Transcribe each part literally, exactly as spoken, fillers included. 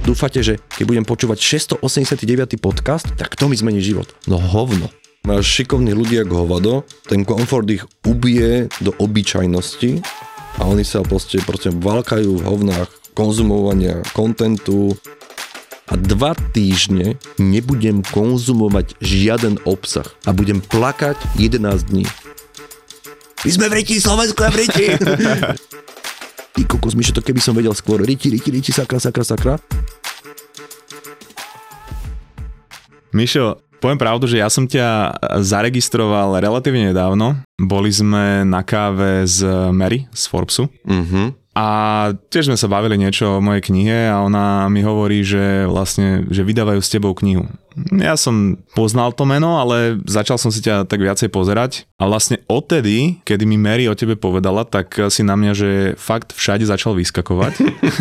Dúfate, že keď budem počúvať šesťstoosemdesiatdeväť podcast, tak to mi zmení život. No hovno. Máš šikovní ľudia ako hovado, ten komfort ich ubije do obyčajnosti a oni sa proste, proste valkajú v hovnách konzumovania kontentu a dva týždne nebudem konzumovať žiaden obsah a budem plakať jedenásť dní. My sme v riti, Slovensko je v riti! Ty kokos, Mišo, to keby som vedel skôr. Riti, riti, riti, sakra, sakra, sakra. Mišo, poviem pravdu, že ja som ťa zaregistroval relatívne nedávno. Boli sme na káve z Mary z Forbesu. Mhm. A tiež sme sa bavili niečo o mojej knihe a ona mi hovorí, že vlastne, že vydávajú s tebou knihu. Ja som poznal to meno, ale začal som si ťa tak viacej pozerať a vlastne odtedy, kedy mi Mary o tebe povedala, tak si na mňa, že fakt všade začal vyskakovať.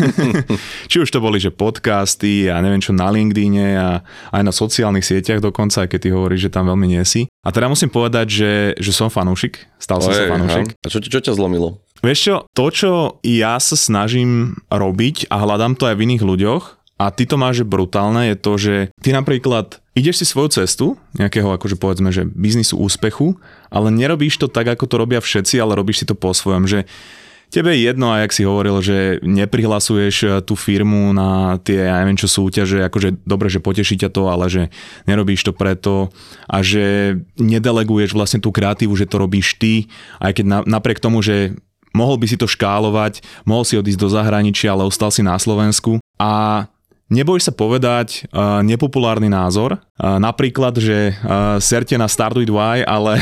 Či už to boli, že podcasty a neviem čo na LinkedIne a aj na sociálnych sieťach dokonca, aj keď ty hovoríš, že tam veľmi nie si. A teda musím povedať, že, že som fanúšik, stal som sa fanúšik. A čo, čo ťa zlomilo? Vieš čo, to, čo ja sa snažím robiť a hľadám to aj v iných ľuďoch a ty to máš brutálne, je to, že ty napríklad ideš si svoju cestu, nejakého akože povedzme, že biznisu úspechu, ale nerobíš to tak, ako to robia všetci, ale robíš si to po svojom, že tebe je jedno, a jak si hovoril, že neprihlasuješ tú firmu na tie, ja neviem čo súťaže, akože dobre, že poteší ťa to, ale že nerobíš to preto a že nedeleguješ vlastne tú kreatívu, že to robíš ty, aj keď na, napriek tomu, že mohol by si to škálovať, mohol si odísť do zahraničia, ale ostal si na Slovensku a nebojíš sa povedať uh, nepopulárny názor, uh, napríklad, že uh, serte na Start with Why, ale uh,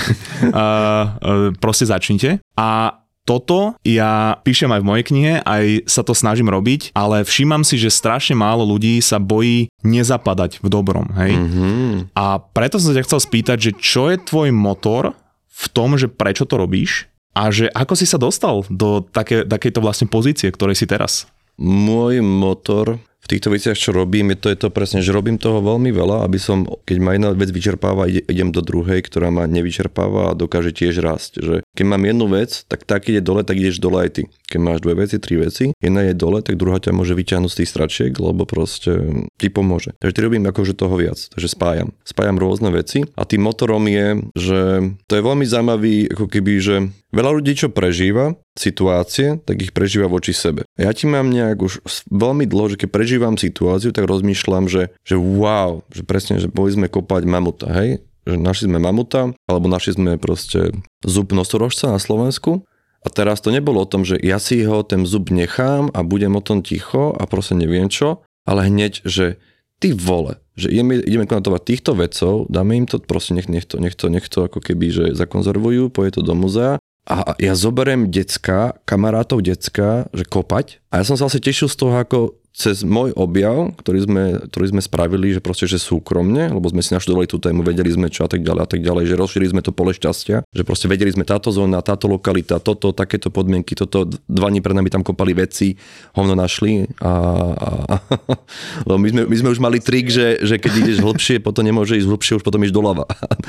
uh, proste začnite. A toto ja píšem aj v mojej knihe, aj sa to snažím robiť, ale všímam si, že strašne málo ľudí sa bojí nezapadať v dobrom, hej? Mm-hmm. A preto som sa ťa chcel spýtať, že čo je tvoj motor v tom, že prečo to robíš? A že ako si sa dostal do také, takejto vlastne pozície, ktorej si teraz? Môj motor v týchto veciach, čo robím, je to, je to presne, že robím toho veľmi veľa, aby som, keď ma jedna vec vyčerpáva, idem do druhej, ktorá ma nevyčerpáva a dokáže tiež rásť. Že keď mám jednu vec, tak tak ide dole, tak ideš dole aj ty. Keď máš dve veci, tri veci, jedna je dole, tak druhá ťa môže vyťahnuť z tých stračiek, lebo proste ti pomôže. Takže ty robím akože toho viac, takže spájam. Spájam rôzne veci a tým motorom je, že to je veľmi zaujímavý, ako keby, že veľa ľudí, čo prežíva situácie, tak ich prežíva voči sebe. Ja ti mám nejak už veľmi dlho, že keď prežívam situáciu, tak rozmýšľam, že, že wow, že presne, že boli sme kopať mamuta, hej? Že našli sme mamuta, alebo našli sme proste zub nosorožca na Slovensku. A teraz to nebolo o tom, že ja si ho ten zub nechám a budem o tom ticho a proste neviem čo, ale hneď, že ty vole, že ideme, ideme konatovať týchto vecov, dáme im to, proste nech, nech, to, nech, to, nech to ako keby, že zakonzervujú, poje to do muzea. A ja zoberiem decka, kamarátov decka, že kopať. A ja som sa vlastne tešil z toho, ako cez môj objav, ktorý sme, ktorý sme spravili, že proste, že súkromne, lebo sme si naštudovali tú tému, vedeli sme čo a tak ďalej a tak ďalej, že rozšírili sme to pole šťastia, že proste vedeli sme táto zóna, táto lokalita, toto, takéto podmienky, toto, dva dní pred nami tam kopali veci, hovno našli a, a, a lebo my sme, my sme už mali trik, že, že keď ideš hlbšie, potom nemôže ísť hlbšie, už potom ideš doľava.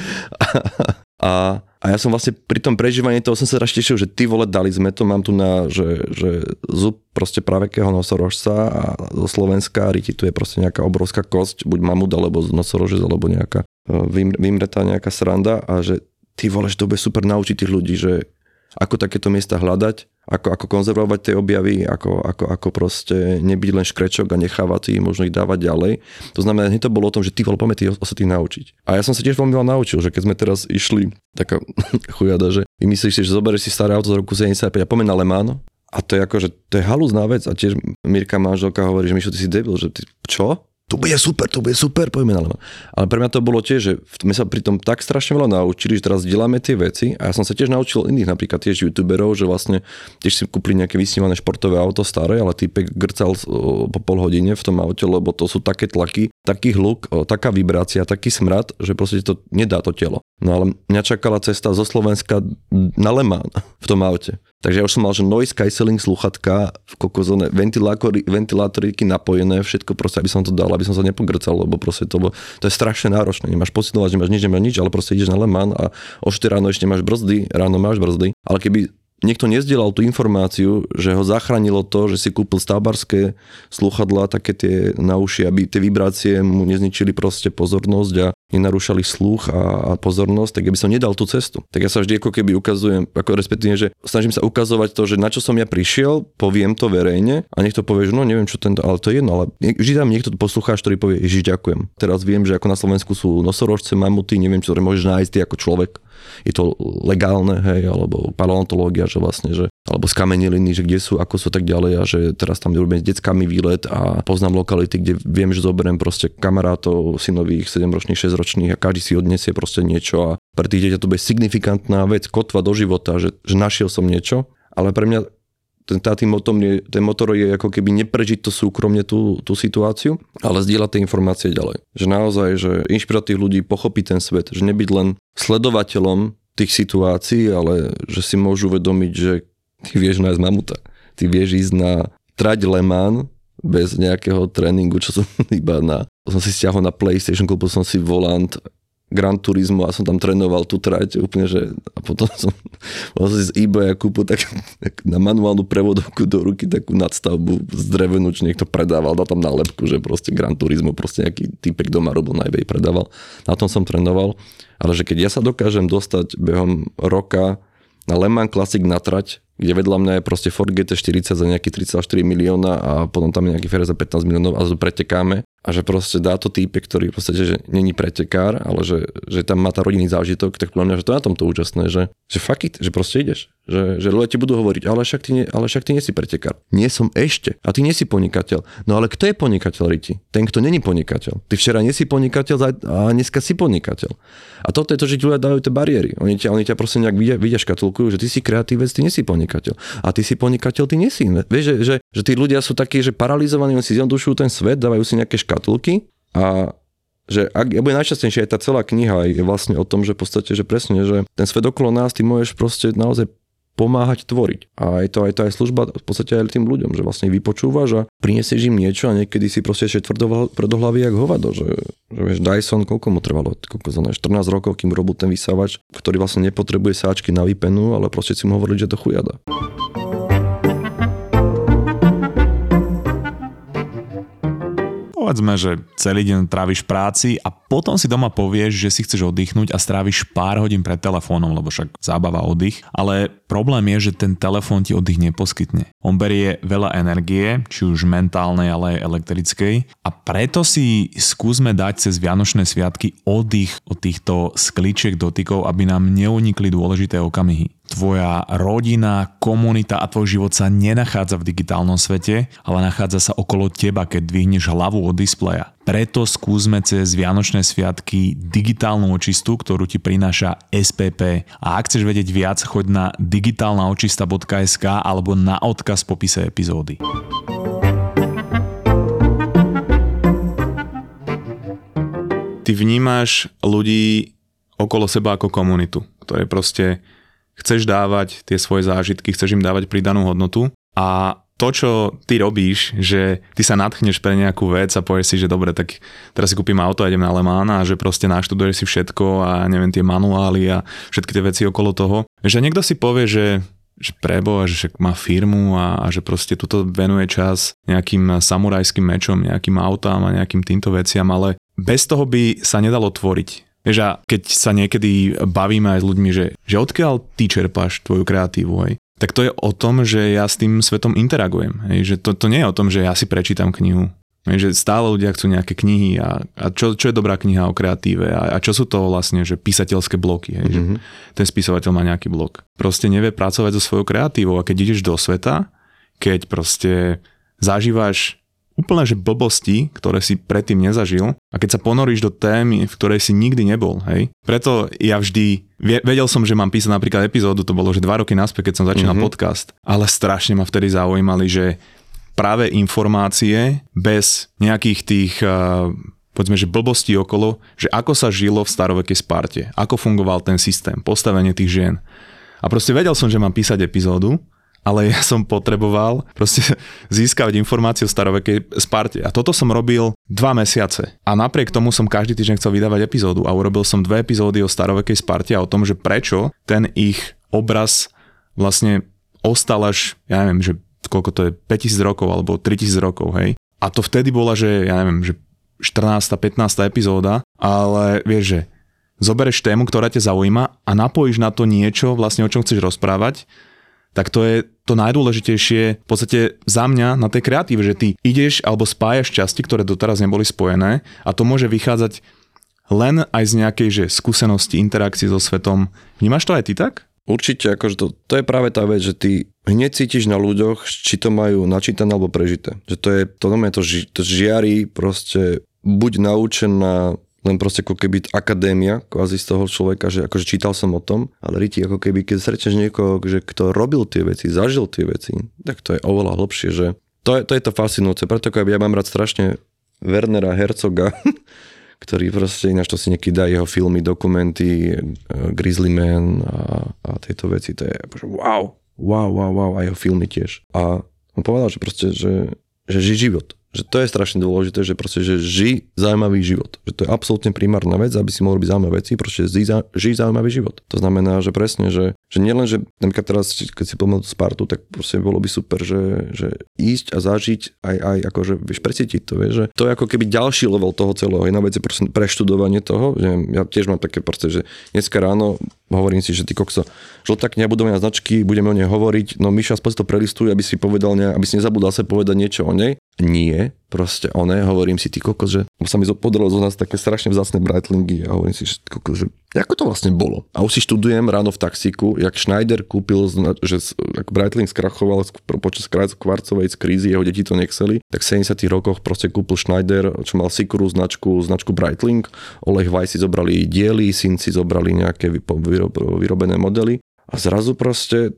A, a ja som vlastne pri tom prežívaní toho som sa raz tešil, že ty vole, dali sme to, mám tu na, že, že zub proste pravekého nosorožca a zo Slovenska, riti tu je proste nejaká obrovská kosť, buď mamut, alebo nosorožec, alebo nejaká vymretá nejaká sranda a že ty vole, že to bude super naučiť tých ľudí, že ako takéto miesta hľadať, ako, ako konzervovať tie objavy, ako, ako, ako proste nebyť len škrečok a nechávať ich, možno ich dávať ďalej. To znamená, hneď to bolo o tom, že ty vole, poďme tých ostatných naučiť. A ja som sa tiež veľmi veľa naučil, že keď sme teraz išli, taká chujada, že vymyslíš si, že zoberieš si staré auto z roku sedemdesiatpäť a poďme na Le Mans, a to je ako, že to je halúzná vec a tiež Mirka manželka hovorí, že Mišo, ty si debil, že ty, čo? To bude super, to bude super, poďme na Le Mans. Ale pre mňa to bolo tiež, že my sa pri tom tak strašne veľa naučili, že teraz deláme tie veci a ja som sa tiež naučil iných, napríklad tiež youtuberov, že vlastne tiež si kúpili nejaké vysnívané športové auto staré, ale týpek grcal po pol hodine v tom aute, lebo to sú také tlaky, taký hluk, taká vibrácia, taký smrad, že proste to nedá to telo. No ale mňa čakala cesta zo Slovenska na Le Mans v tom aute. Takže ja už som mal, že noise cancelling sluchatka, kokozone, ventilátory, ventilátoriky napojené, všetko proste, aby som to dal, aby som sa nepogrcal, lebo proste to, to je strašne náročné. Nemáš pocitovať, že máš nič, nemáš nič, ale proste ideš na Le Mans a o štyri ráno ešte máš brzdy, ráno máš brzdy, ale keby niekto nezdielal tú informáciu, že ho zachránilo to, že si kúpil stavbarské slúchadlá, také tie na uši, aby tie vibrácie mu nezničili proste pozornosť a nenarúšali sluch a, a pozornosť, tak aby som nedal tú cestu. Tak ja sa vždy ako keby ukazujem, ako respektíve, že snažím sa ukazovať to, že na čo som ja prišiel, poviem to verejne a niekto povie, že no neviem čo tento, ale to je jedno, ale vždy tam niekto poslucháč, ktorý povie, Ježiš, ďakujem. Teraz viem, že ako na Slovensku sú nosorožce, mamuty, neviem čo, ktoré môžeš nájsť ty ako človek. Je to legálne, hej, alebo paleontológia, že vlastne, že alebo skameneliny, že kde sú, ako sú tak ďalej a že teraz tam robím s deckami výlet a poznám lokality, kde viem, že zoberiem proste kamarátov synových, sedemročných, šesťročných a každý si odniesie proste niečo a pre tých dieťa to bude signifikantná vec, kotva do života, že, že našiel som niečo, ale pre mňa ten, tým motor je, ten motor je ako keby neprežiť to súkromne tú, tú situáciu, ale zdieľať tie informácie ďalej. Že naozaj, že inšpirovať tých ľudí, pochopiť ten svet, že nebyť len sledovateľom tých situácií, ale že si môžu uvedomiť, že ty vieš nájsť mamuta. Ty vieš ísť na trať Le Mans bez nejakého tréningu, čo som iba na... Som si stiahol na PlayStation, kúpil som si volant Gran Turismo a som tam trénoval tú trať úplne, že... A potom som mal si z eBay a kúpil tak, tak na manuálnu prevodovku do ruky takú nadstavbu z drevenú, čo niekto predával, dal tam nálepku, že proste Gran Turismo, proste nejaký typek doma robil na eBay, predával. Na tom som trénoval. Ale že keď ja sa dokážem dostať behom roka na Le Mans Classic na trať, kde vedľa mňa je proste Ford gé té štyridsať za nejaký tri celé štyri milióna a potom tam je nejaký Ferrari za pätnásť miliónov a to pretekáme a že proste dá to týpek, ktorý proste, že není pretekár, ale že, že tam má tá rodinný zážitok, tak podľa mňa, že to je na tomto úžasné, že, že fuck it, že proste ideš. Že, že ľudia ti budú hovoriť, ale však ty nie, ale však ty nie si pretekár. Nie som ešte. A ty nie si podnikateľ. No ale kto je podnikateľ, Riti? Ten, kto není podnikateľ. Ty včera nie si podnikateľ a dneska si podnikateľ. A toto je to, že ti ľudia dajú tie bariéry. Oni ťa, oni ťa proste nejak vidia, vidia škatulkujú, že ty si kreatívec, ty nie si podnikateľ. A ty si podnikateľ, ty nie si. Vieš, že, že, že tí ľudia sú takí, že paralizovaní, oni si zjednodušujú ten svet, dávajú si nejaké škatulky a že ak ja budem najčastejšie aj tá celá kniha je vlastne o tom, že v podstate, že presne, že ten svet okolo nás ty môžeš proste naozaj pomáhať tvoriť. A je to aj tá aj služba v podstate aj tým ľuďom, že vlastne vypočúvaš a prinesieš im niečo a niekedy si proste ešte tvrdohlavý jak hovado, že, že vieš, Dyson, koľko mu trvalo? Koľko za štrnásť rokov, kým robil ten vysávač, ktorý vlastne nepotrebuje sáčky na výpenu, ale proste si mu hovorili, že to chujada. Povedzme, že celý deň tráviš práci a potom si doma povieš, že si chceš oddychnúť a stráviš pár hodín pred telefónom, lebo však zábava, oddych. Ale problém je, že ten telefón ti oddych neposkytne. On berie veľa energie, či už mentálnej, ale aj elektrickej. A preto si skúsme dať cez Vianočné sviatky oddych od týchto skličiek dotykov, aby nám neunikli dôležité okamihy. Tvoja rodina, komunita a tvoj život sa nenachádza v digitálnom svete, ale nachádza sa okolo teba, keď dvihneš hlavu od displeja. Preto skúsme cez Vianočné sviatky digitálnu očistu, ktorú ti prináša es pé pé. A ak chceš vedieť viac, choď na digitálna očista bodka es ká alebo na odkaz v popise epizódy. Ty vnímaš ľudí okolo seba ako komunitu, ktoré proste chceš dávať tie svoje zážitky, chceš im dávať pridanú hodnotu a to, čo ty robíš, že ty sa nadchneš pre nejakú vec a povieš si, že dobre, tak teraz si kúpim auto a idem na Le Mans a že proste naštuduješ si všetko a neviem tie manuály a všetky tie veci okolo toho. Že niekto si povie, že, že preboha, že však má firmu a, a že proste tuto venuje čas nejakým samurajským mečom, nejakým autám a nejakým týmto veciam, ale bez toho by sa nedalo tvoriť. Vieš, a keď sa niekedy bavíme aj s ľuďmi, že, že odkiaľ ty čerpáš tvoju kreatívu, hej, tak to je o tom, že ja s tým svetom interagujem. Hej, že to, to nie je o tom, že ja si prečítam knihu. Hej, že stále ľudia chcú nejaké knihy a, a čo, čo je dobrá kniha o kreatíve a, a čo sú to vlastne, že písateľské bloky. Hej, mm-hmm. že ten spisovateľ má nejaký blok. Proste nevie pracovať so svojou kreatívou a keď ideš do sveta, keď proste zažívaš úplne, že blbosti, ktoré si predtým nezažil a keď sa ponoríš do témy, v ktorej si nikdy nebol, hej. Preto ja vždy, vedel som, že mám písať napríklad epizódu, to bolo, že dva roky naspäť, keď som začínal mm-hmm. podcast, ale strašne ma vtedy zaujímali, že práve informácie bez nejakých tých, povedzme, že blbostí okolo, že ako sa žilo v starovekej Sparte, ako fungoval ten systém, postavenie tých žien. A proste vedel som, že mám písať epizódu, ale ja som potreboval proste získať informáciu o starovekej Sparte. A toto som robil dva mesiace. A napriek tomu som každý týždeň chcel vydávať epizódu a urobil som dve epizódy o starovekej Sparte a o tom, že prečo ten ich obraz vlastne ostal až, ja neviem, že koľko to je, päťtisíc rokov alebo tritisíc rokov, hej. A to vtedy bola, že ja neviem, že štrnásta pätnásta epizóda, ale vieš, že zoberieš tému, ktorá ťa zaujíma a napojíš na to niečo, vlastne o čom chceš rozprávať, tak to je to najdôležitejšie v podstate za mňa na tej kreatíve, že ty ideš alebo spájaš časti, ktoré doteraz neboli spojené a to môže vychádzať len aj z nejakej že skúsenosti, interakcii so svetom. Vnímaš to aj ty tak? Určite, akože to, to je práve tá vec, že ty hneď cítiš na ľuďoch, či to majú načítané alebo prežité. Že to je, to to, ži, to žiari proste buď naučená len proste ako keby akadémia kvázi z toho človeka, že akože čítal som o tom, ale riti ako keby, keď stretneš niekoho, že kto robil tie veci, zažil tie veci, tak to je oveľa hlbšie, že to je to, je to fascinujúce, preto ako ja mám rád strašne Wernera Herzoga, ktorý proste, ináč to si niekedy dá jeho filmy, dokumenty, Grizzly Man a, a tieto veci, to je akože wow, wow, wow, wow, a jeho filmy tiež. A on povedal, že proste, že, že žij život. Že to je strašne dôležité, že proste, že žij zaujímavý život. Že to je absolútne primárna vec, aby si mohol robiť zaujímavé veci, proste žij, žij zaujímavý život. To znamená, že presne, že, že nielen, že napríklad teraz, keď si pomôl Spartu, tak proste bolo by super, že, že ísť a zažiť aj, aj akože, vieš, precítiť to, vieš, že to je ako keby ďalší level toho celého. Jedna vec je proste preštudovanie toho, že ja tiež mám také proste, že dneska ráno hovorím si, že ty kokso, žlták nebudú na značky, budeme o nej hovoriť, no Miša aspoň to prelistuj, aby si povedal, ne, aby si nezabudol sa povedať niečo o nej. Nie, proste o nej, hovorím si, ty kokos, že sa mi podarilo zo nás také strašne vzácne Breitlingy a hovorím si, že kokos, že ako to vlastne bolo. A už si študujem ráno v taxíku, jak Schneider kúpil, že Breitling skrachoval počas kvarcovej krízy, jeho deti to nechceli, tak v sedemdesiatych rokoch proste kúpil Schneider, čo mal Sikuru značku, značku Breitling, Oleg Weiss si zobrali diely, syn si zobrali nejaké vyrobené modely a zrazu proste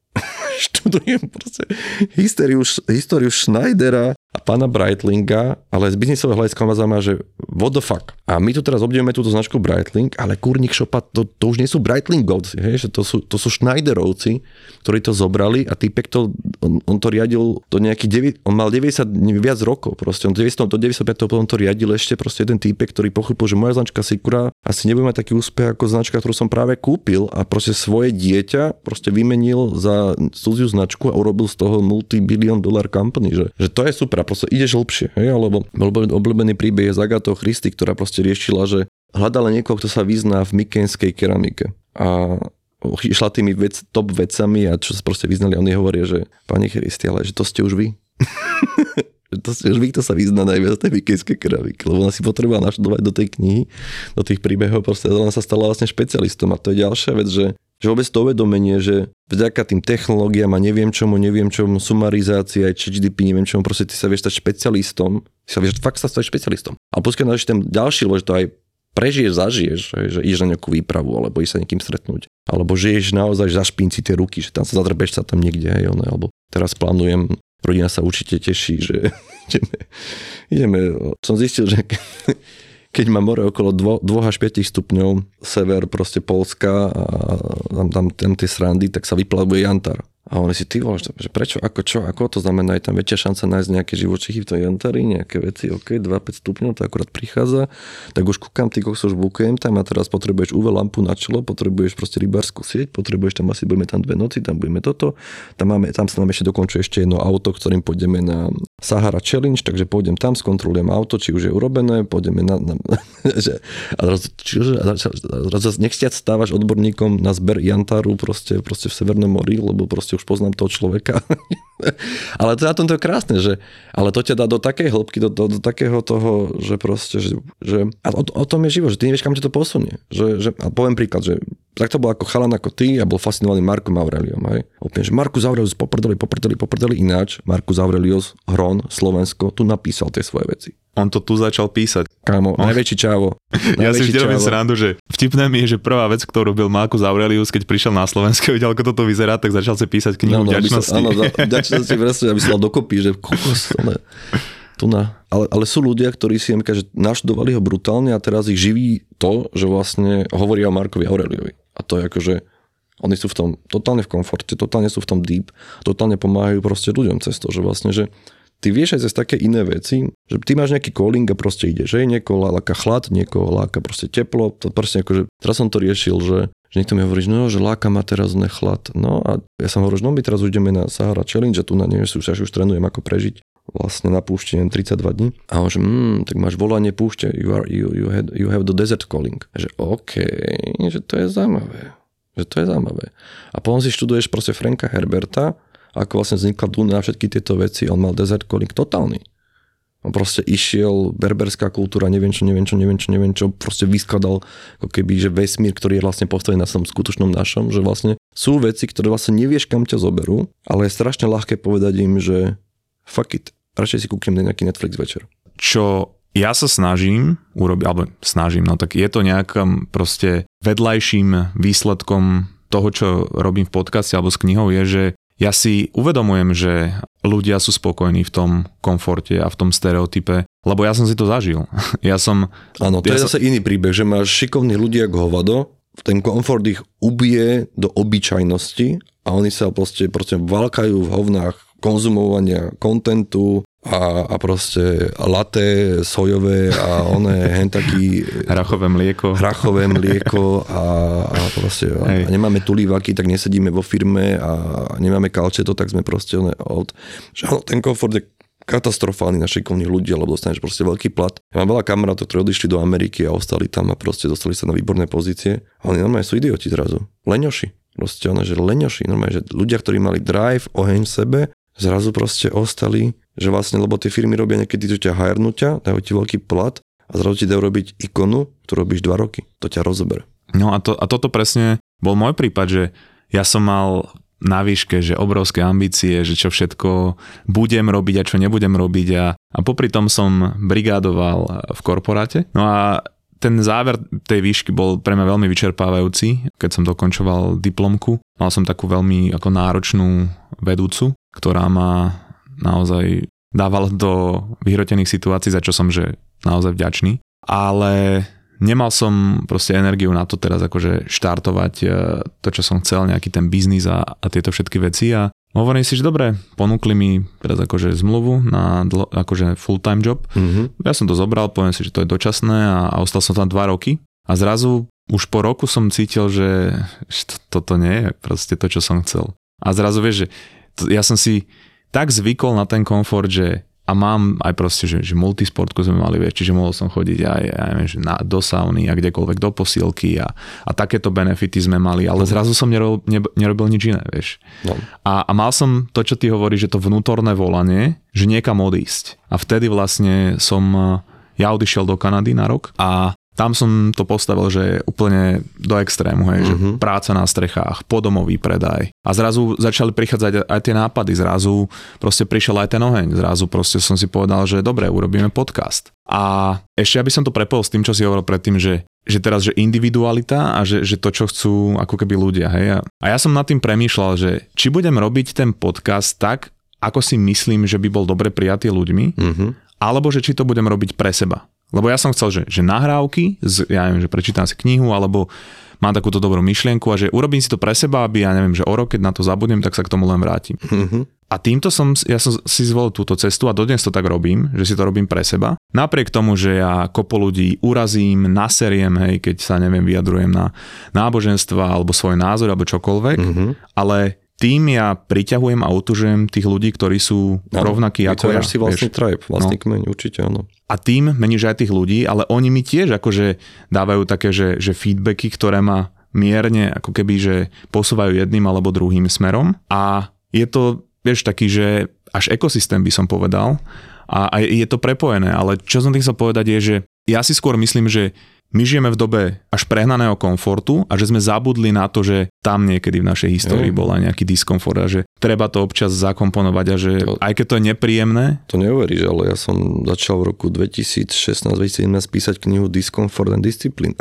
študujem proste históriu, históriu Schneidera a pána Breitlinga, ale z biznisového hľadiska ma zaujíma, že what the fuck. A my tu teraz obdivujeme túto značku Breitling, ale kurník šopa, to, to už nie sú Breitlingovci, hej? Že to sú, to sú Schneiderovci, ktorí to zobrali a týpek to, on, on to riadil do nejakých, on mal deväťdesiat viac rokov, proste on deväťdesiat, do deväťdesiatpäť potom to riadil ešte proste jeden týpek, ktorý pochopil, že moja značka Sikura asi nebude mať taký úspech ako značka, ktorú som práve kúpil a proste svoje dieťa proste vymenil za cudziu značku a urobil z toho multi-billion dollar company, že, že to je super. A proste ideš hlbšie, hej, alebo obľúbený príbeh je z Agatou Christy, ktorá proste riešila, že hľadala niekoho, kto sa vyzná v mykenskej keramike. A išla tými vec, top vecami a čo sa proste vyznali, oni hovoria, že pani Christy, ale že to ste už vy. To ste už vy, kto sa vyzná najviac tej mykenskej keramike, lebo ona si potrebovala naštudovať do tej knihy, do tých príbehov, proste ona sa stala vlastne špecialistom a to je ďalšia vec, že že vôbec to uvedomenie, že vďaka tým technológiám a neviem čomu, neviem čomu, sumarizácia, aj G D P, neviem čomu, proste ty sa vieš stať špecialistom, ty sa vieš fakt sa stať špecialistom. A pokiaľ náš ten ďalší, lebo že to aj prežiješ, zažiješ, že ideš na nejakú výpravu, alebo ideš sa niekým stretnúť, alebo žiješ naozaj za špinci tie ruky, že tam sa zadrbeš sa tam niekde, hej, one, alebo teraz plánujem, rodina sa určite teší, že ideme, ideme, som zistil, že keď má more okolo dva až päť stupňov, sever proste Poľska a tam, tam, tam tie srandy, tak sa vyplavuje jantar. A oni si, ty voláš, že prečo, ako čo, ako to znamená, je tam väčšia šanca nájsť nejaké živočichy v tej jantari, nejaké veci, ok, dva až päť stupňov, to akurát prichádza, tak už kúkam, ty kokso, už bukujem tam a teraz potrebuješ ú vé lampu na čelo, potrebuješ proste rybárskú sieť, potrebuješ tam asi, budeme tam dve noci, tam budeme toto, tam, máme, tam sa nám ešte dokončuje ešte jedno auto, ktorým pôjdeme na Sahara Challenge, takže pôjdem tam, skontrolujem auto, či už je urobené, pôjdeme na... na že, a zrazu, čiže, zrazu nechciac stávaš odborníkom na zber jantaru proste, proste v Severnom mori, lebo proste už poznám toho človeka. Ale to na tom to je krásne, že ale to ťa dá do takej hĺbky, do, do, do takého toho, že proste, že, že a o, o tom je život, že ty nevieš, kam ťa to posunie. Že, že, a poviem príklad, že tak to bol ako chalan ako ty a bol fascinovaný Markom Aureliom. Hej? Opäť, že Marcus Aurelius poprdeli, poprdeli, poprdeli ináč. Marcus Aurelius, Hron, Slovensko, tu napísal tie svoje veci. On to tu začal písať. Kámo, oh. najväčší čávo. Najväčší ja si vždy robím srandu, že vtipné mi je, že prvá vec, ktorú robil Marcus Aurelius, keď prišiel na Slovensko, videl, ako toto vyzerá, tak začal si písať knihu no, no, vďačnosti. Áno, vďačnosti, presne, aby sa dal dokopy, že kokos, ne, tu na. Ale, ale sú ľudia, ktorí si že naštudovali ho brutálne a teraz ich živí to, že vlastne hovoria o Markovi Aureliovi. A to je akože, oni sú v tom totálne v komforte, totálne sú v tom deep, totálne pomáhajú proste ľuďom cez to, že vlastne, že ty vieš aj cez také iné veci, že ty máš nejaký calling a proste ide, že niekoho láka chlad, niekoho láka proste teplo, to proste akože, teraz som to riešil, že, že niekto mi hovorí, že no, že láka ma teraz chlad. No a ja som hovoril, že no my teraz ideme na Sahara Challenge a tu na nej už, už trénujem ako prežiť vlastne na púšti tridsaťdva dní. A on že, mm, tak máš volanie púšte, you, are, you, you, had, you have the desert calling. A že OK, že to je zaujímavé. Že to je zaujímavé. A potom si študuješ proste Franka Herberta, ako vlastne vznikla Duna a všetky tieto veci. On mal desert calling totálny. On proste išiel, berberská kultúra, neviem čo, neviem čo, neviem čo, neviem čo, proste vyskladal ako keby, že vesmír, ktorý je vlastne postavený na tom skutočnom našom, že vlastne sú veci, ktoré vlastne nevieš, kam ťa zoberú, ale je strašne ľahké povedať im, že fuck it, radšej si kúknem na nejaký Netflix večer. Čo ja sa snažím urobiť, alebo snažím, no tak je to nejakým proste vedľajším výsledkom toho, čo robím v podcaste alebo s knihou, je, že ja si uvedomujem, že ľudia sú spokojní v tom komforte a v tom stereotype, lebo ja som si to zažil. Ja som... Áno, to ja je som... zase iný príbeh, že máš šikovných ľudí ako hovado, ten komfort ich ubije do obyčajnosti a oni sa proste, proste valkajú v hovnách konzumovania kontentu a, a proste laté sojové a oné hentaký hrachové mlieko hrachové mlieko a, a proste a, a nemáme tulívaky, tak nesedíme vo firme a nemáme kalčeto, tak sme proste oné od, že áno, ten komfort je katastrofálny na šikovných ľudí, lebo dostaneš proste veľký plat. Ja mám veľa kamarátov, ktorí odišli do Ameriky a ostali tam a proste dostali sa na výborné pozície. A oni normálne sú idioti zrazu. Leňoši. Proste ona, že leňoši. Normálne, že ľudia, ktorí mali drive, oheň v sebe, zrazu proste ostali, že vlastne, lebo tie firmy robia niekedy, že ťa hajrnutia, dajú ti veľký plat a zrazu ti dajú robiť ikonu, ktorú robíš dva roky. To ťa rozober. No a, to, a toto presne bol môj prípad, že ja som mal na výške, že obrovské ambície, že čo všetko budem robiť a čo nebudem robiť a, a popri tom som brigádoval v korporáte. No a ten záver tej výšky bol pre mňa veľmi vyčerpávajúci, keď som dokončoval diplomku. Mal som takú veľmi ako náročnú vedúcu, ktorá ma naozaj dávala do vyhrotených situácií, za čo som že naozaj vďačný. Ale nemal som proste energiu na to teraz akože štartovať to, čo som chcel, nejaký ten biznis a, a tieto všetky veci a hovorím si, že dobre, ponúkli mi teraz akože zmluvu na dlo, akože full-time job. Mm-hmm. Ja som to zobral, poviem si, že to je dočasné a, a ostal som tam dva roky a zrazu už po roku som cítil, že, že to, toto nie je proste to, čo som chcel. A zrazu vieš, že to, ja som si tak zvykol na ten komfort, že a mám aj proste, že, že multisportku sme mali, vieš, čiže mohol som chodiť aj, aj neviem, že na, do sauny a kdekoľvek do posilky a, a takéto benefity sme mali, ale zrazu som nerobil, ne, nerobil nič iné, vieš. No. A, a mal som to, čo ty hovoríš, že to vnútorné volanie, že niekam odísť. A vtedy vlastne som, ja odišiel do Kanady na rok a tam som to postavil, že úplne do extrému, hej, mm-hmm. že práca na strechách, podomový predaj. A zrazu začali prichádzať aj tie nápady, zrazu proste prišiel aj ten oheň, zrazu proste som si povedal, že dobre, urobíme podcast. A ešte aby som to prepojil s tým, čo si hovoril predtým, že, že teraz, že individualita a že, že to, čo chcú ako keby ľudia, hej. A ja som nad tým premýšľal, že či budem robiť ten podcast tak, ako si myslím, že by bol dobre prijatý ľuďmi, mm-hmm. alebo že či to budem robiť pre seba. Lebo ja som chcel, že, že nahrávky, z, ja neviem, že prečítam si knihu, alebo mám takúto dobrú myšlienku a že urobím si to pre seba, aby ja neviem, že o rok, keď na to zabudnem, tak sa k tomu len vrátim. Mm-hmm. A týmto som, ja som si zvolil túto cestu a dodnes to tak robím, že si to robím pre seba. Napriek tomu, že ja kopu ľudí urazím, naseriem, hej, keď sa neviem, vyjadrujem na náboženstva, alebo svoj názor, alebo čokoľvek, mm-hmm. ale tým ja priťahujem a utužujem tých ľudí, ktorí sú ano, rovnakí ako ja. Si vlastný tribe, vlastný no. kmeň, určite áno. A tým meníš aj tých ľudí, ale oni mi tiež akože dávajú také, že, že feedbacky, ktoré ma mierne ako keby, že posúvajú jedným alebo druhým smerom. A je to, vieš, taký, že až ekosystém by som povedal. A, a je to prepojené, ale čo som tým chcel povedať je, že ja si skôr myslím, že my žijeme v dobe až prehnaného komfortu a že sme zabudli na to, že tam niekedy v našej histórii bol aj nejaký diskomfort a že treba to občas zakomponovať a že to, aj keď to je nepríjemné. To neuveríš, ale ja som začal v roku dvetisícšestnásť dvetisícsedemnásť písať knihu Discomfort and Discipline.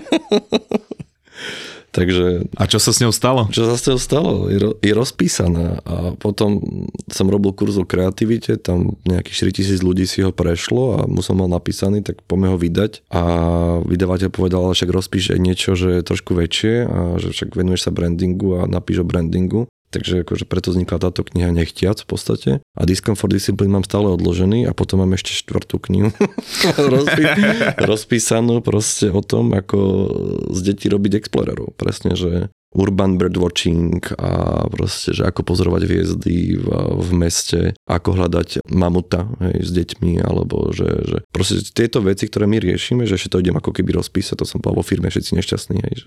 Takže... A čo sa s ňou stalo? Čo sa s ňou stalo? Je, ro, je rozpísaná a potom som robil kurz o kreativite, tam nejakých štyritisíc ľudí si ho prešlo a mu som mal napísaný, tak poďme ho vydať a vydavateľ povedal, ale však rozpíš aj niečo, že je trošku väčšie a že však venuješ sa brandingu a napíš o brandingu. Takže akože preto vznikla táto kniha Nechtiac v podstate. A Discomfort Discipline mám stále odložený a potom mám ešte štvrtú knihu Rozpí- rozpísanú proste o tom, ako z detí robiť explorerov. Presne, že urban birdwatching a proste, že ako pozorovať hviezdy v, v meste, ako hľadať mamuta, hej, s deťmi, alebo že, že proste tieto veci, ktoré my riešime, že ešte to idem ako keby rozpísať, to som povedal vo firme, všetci nešťastní. Hej, že,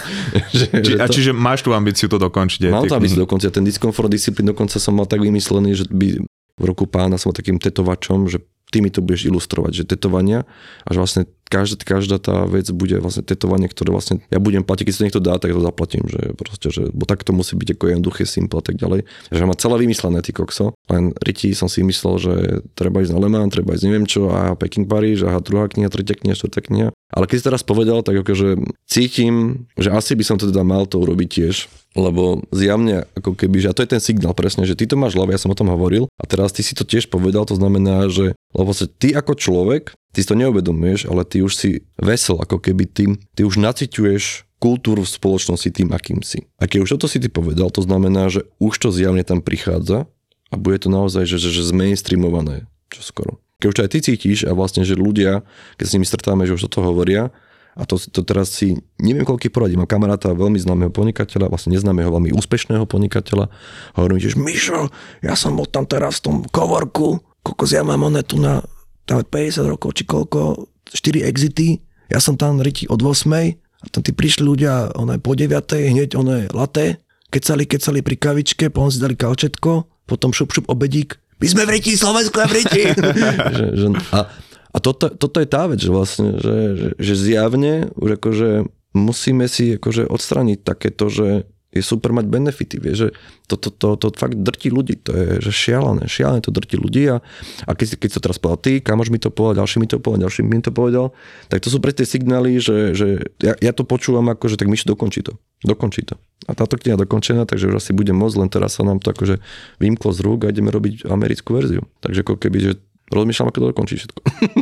že, Či, že a to, čiže máš tú ambíciu to dokončiť? Mám to ambíciu dokončiť, ten Discomfort Discipline dokonca som mal tak vymyslený, že by v roku pána som takým tetovačom, že ty mi to budeš ilustrovať, že tetovania a že vlastne každá, každá tá vec bude vlastne tetovanie, ktoré vlastne ja budem platiť, keď si to niekto dá, tak to zaplatím, že proste, že, bo tak to musí byť ako jednoduché, simple a tak ďalej. Že má celé vymyslené, ty kokso. Len Riti som si myslel, že treba ísť na Le Mans, treba ísť neviem čo, a Peking Paríž, a druhá kniha, tretia kniha, štvrtá kniha. Ale keď si teraz povedal, tak akože cítim, že asi by som to teda mal to urobiť tiež, lebo zjavne ako keby, že a to je ten signál presne, že ty to máš v hlave, ja som o tom hovoril a teraz ty si to tiež povedal, to znamená, že lebo sa ty ako človek, ty si to neuvedomuješ, ale ty už si vesel, ako keby tým, ty už naciťuješ kultúru v spoločnosti tým, akým si. A keď už toto si ty povedal, to znamená, že už to zjavne tam prichádza a bude to naozaj, že, že, že zmainstreamované, čo skoro. Keď už to aj ty cítiš a vlastne, že ľudia, keď s nimi stretáme, že už toto hovoria, a to, to teraz si, neviem koľký poradí, mám kamaráta veľmi známeho podnikateľa, vlastne neznámeho, veľmi úspešného podnikateľa. Hovorím tiež, Mišo, ja som bol tam teraz v tom coworku, kokos, ja mám one tu na tam päťdesiat rokov, či koľko, štyri exity, ja som tam Riti od ôsmej a tam tí prišli ľudia one po deviatej, hneď one laté, kecali, kecali pri kavičke, potom si dali kaučetko, potom šup, šup, obedík, my sme v Riti, Slovensku je v Riti. že, že, a A toto, toto je tá vec, že vlastne, že, že, že zjavne už akože musíme si akože odstraniť takéto, že je super mať benefity, vieš, že to, to, to, to fakt drtí ľudí, to je že šialené, šialené to drtí ľudí a, a keď, keď to teraz povedal ty, kamoš mi to povedal, ďalší mi to povedal, ďalší mi to povedal, tak to sú pre tie signály, že, že ja, ja to počúvam ako, že tak Mišo dokončí to, dokončí to. A táto kniha dokončená, takže už asi bude môcť, len teraz sa nám to akože vymklo z rúk a ideme robiť americkú verziu. Takže ako keby, že rozmýšľam, ako to dokončí všetko.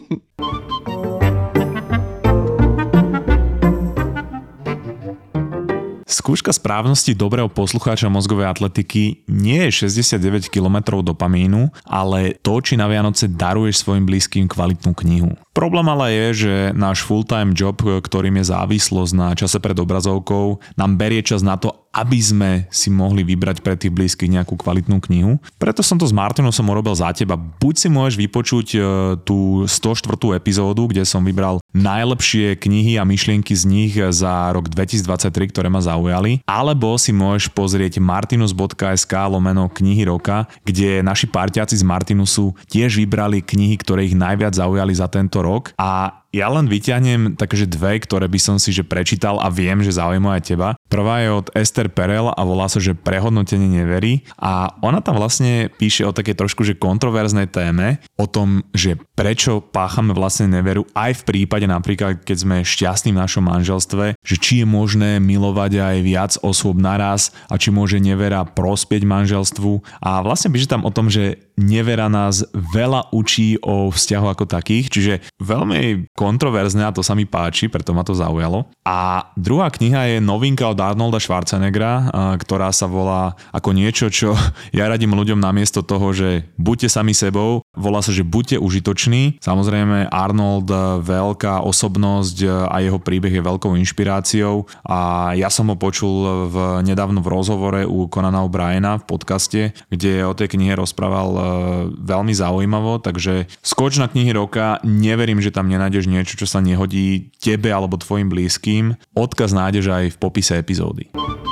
Skúška správnosti dobrého poslucháča mozgovej atletiky nie je šesťdesiatdeväť kilometrov dopamínu, ale to, či na Vianoce daruješ svojim blízkym kvalitnú knihu. Problém ale je, že náš full-time job, ktorým je závislosť na čase pred obrazovkou, nám berie čas na to, aby sme si mohli vybrať pre tých blízkych nejakú kvalitnú knihu. Preto som to s Martinom som urobil za teba. Buď si môžeš vypočuť tú stoštvrtú epizódu, kde som vybral najlepšie knihy a myšlienky z nich za rok dvetisícdvadsaťtri, ktoré ma zaujali, alebo si môžeš pozrieť martinus.sk lomeno knihy roka, kde naši parťáci z Martinusu tiež vybrali knihy, ktoré ich najviac zaujali za tento rok a ja len vyťahnem takže dve, ktoré by som si že prečítal a viem, že zaujímajú aj teba. Prvá je od Esther Perel a volá sa, že Prehodnotenie neverí a ona tam vlastne píše o takej trošku že kontroverznej téme, o tom, že prečo páchame vlastne neveru aj v prípade napríklad, keď sme šťastní v našom manželstve, že či je možné milovať aj viac osôb naraz a či môže nevera prospieť manželstvu a vlastne píše tam o tom, že nevera nás veľa učí o vzťahu ako takých, čiže veľmi kontroverzné a to sa mi páči, preto ma to zaujalo. A druhá kniha je novinka od Arnolda Schwarzeneggera, ktorá sa volá ako niečo, čo ja radím ľuďom namiesto toho, že buďte sami sebou, volá sa, že buďte užitoční. Samozrejme Arnold veľká osobnosť a jeho príbeh je veľkou inšpiráciou a ja som ho počul v, nedávno v rozhovore u Conana O'Briena v podcaste, kde o tej knihe rozprával veľmi zaujímavo, takže skoč na knihy roka, neverím, že tam nenájdeš niečo, čo sa nehodí tebe alebo tvojim blízkym. Odkaz nájdeš aj v popise epizódy.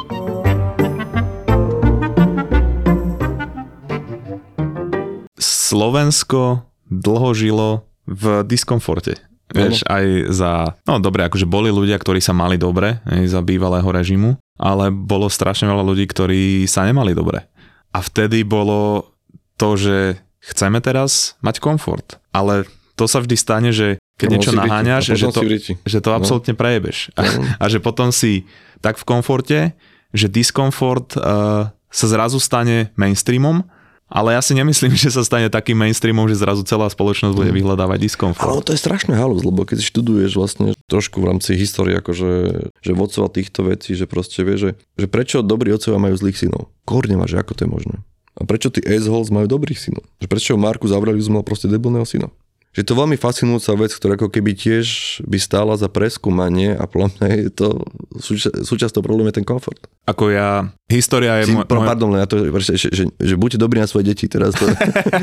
Slovensko dlho žilo v diskomforte. Vieš, aj za, no dobre, akože boli ľudia, ktorí sa mali dobre, aj za bývalého režimu, ale bolo strašne veľa ľudí, ktorí sa nemali dobre. A vtedy bolo to, že chceme teraz mať komfort. Ale to sa vždy stane, že keď no, niečo naháňaš, že to, že to absolútne no. prejebeš. A, no. a že potom si tak v komforte, že diskomfort uh, sa zrazu stane mainstreamom ale ja si nemyslím, že sa stane takým mainstreamom, že zrazu celá spoločnosť bude vyhľadávať diskomfort. Ale to je strašné halus, lebo keď si študuješ vlastne trošku v rámci histórie, akože že vodcova týchto vecí, že proste vie, že, že prečo dobrí otcovia majú zlých synov. Kórne má, že ako to je možné. A prečo tí assholes majú dobrých synov? Že prečo Marcus Aurelius mal proste debilného syna? Že to veľmi fascinujúca vec, ktorá ako keby tiež by stála za preskúmanie a podľa mňa je to súča- súčasťou problému je ten komfort. Ako ja, história je... Si, môj, pardon, ja to, že, že, že, že buďte dobrí na svoje deti teraz. To,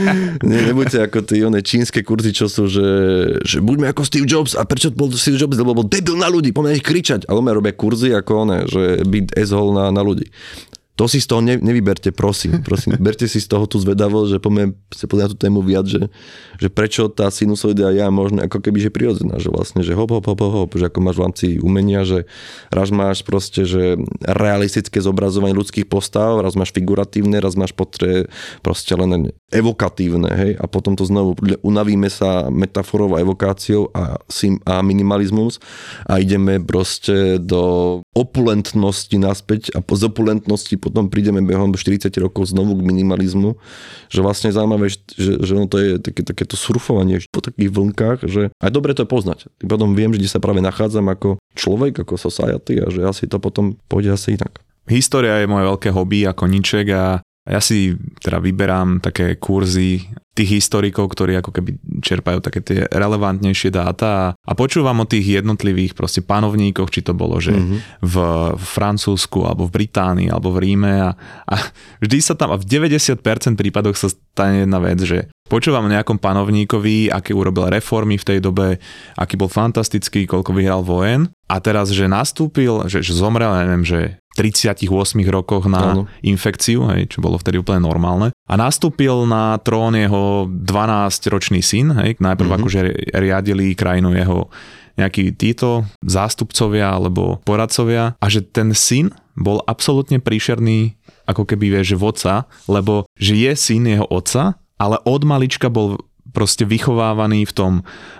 ne, nebuďte ako tí one čínske kurzy, čo sú, že, že buďme ako Steve Jobs. A prečo bol Steve Jobs? Lebo bol debil na ľudí, poďme ich kričať. Ale my robia kurzy ako one, že byť asshole na, na ľudí. To si z toho ne, nevyberte, prosím, prosím. Berte si z toho tú zvedavosť, že poďme sa pozrieť na tú tému viac, že, že prečo tá sinusoida je možno ako keby, že prirodzená, že vlastne, že hop, hop, hop, hop, že ako máš v rámci umenia, že raz máš proste, že realistické zobrazovanie ľudských postav, raz máš figuratívne, raz máš potre, proste len evokatívne, hej, a potom to znovu unavíme sa metaforou a evokáciou a, sim, a minimalizmus a ideme proste do opulentnosti naspäť a z opulentnosti potom prídeme behom štyridsať rokov znovu k minimalizmu, že vlastne zaujímavé, že, že ono to je také, takéto surfovanie po takých vlnkách, že aj dobre to je poznať. Tým potom viem, že kde sa práve nachádzam ako človek, ako society a že asi to potom pôjde asi inak. História je moje veľké hobby ako niček a ja si teda vyberám také kurzy tých historikov, ktorí ako keby čerpajú také tie relevantnejšie dáta a počúvam o tých jednotlivých proste panovníkoch, či to bolo, že mm-hmm. v Francúzsku, alebo v Británii, alebo v Ríme a, a vždy sa tam, a v deväťdesiat percent prípadoch sa stane jedna vec, že počúvam o nejakom panovníkovi, aké urobil reformy v tej dobe, aký bol fantastický, koľko vyhral vojen a teraz, že nastúpil, že, že zomrel, neviem, že v tridsiatich ôsmich rokoch na Áno. infekciu, hej, čo bolo vtedy úplne normálne. A nastúpil na trón jeho dvanásťročný syn, hej, najprv mm-hmm. akože riadili krajinu jeho nejakí títo zástupcovia alebo poradcovia a že ten syn bol absolútne príšerný, ako keby vieš, že vodca, lebo že je syn jeho otca, ale od malička bol proste vychovávaný v tom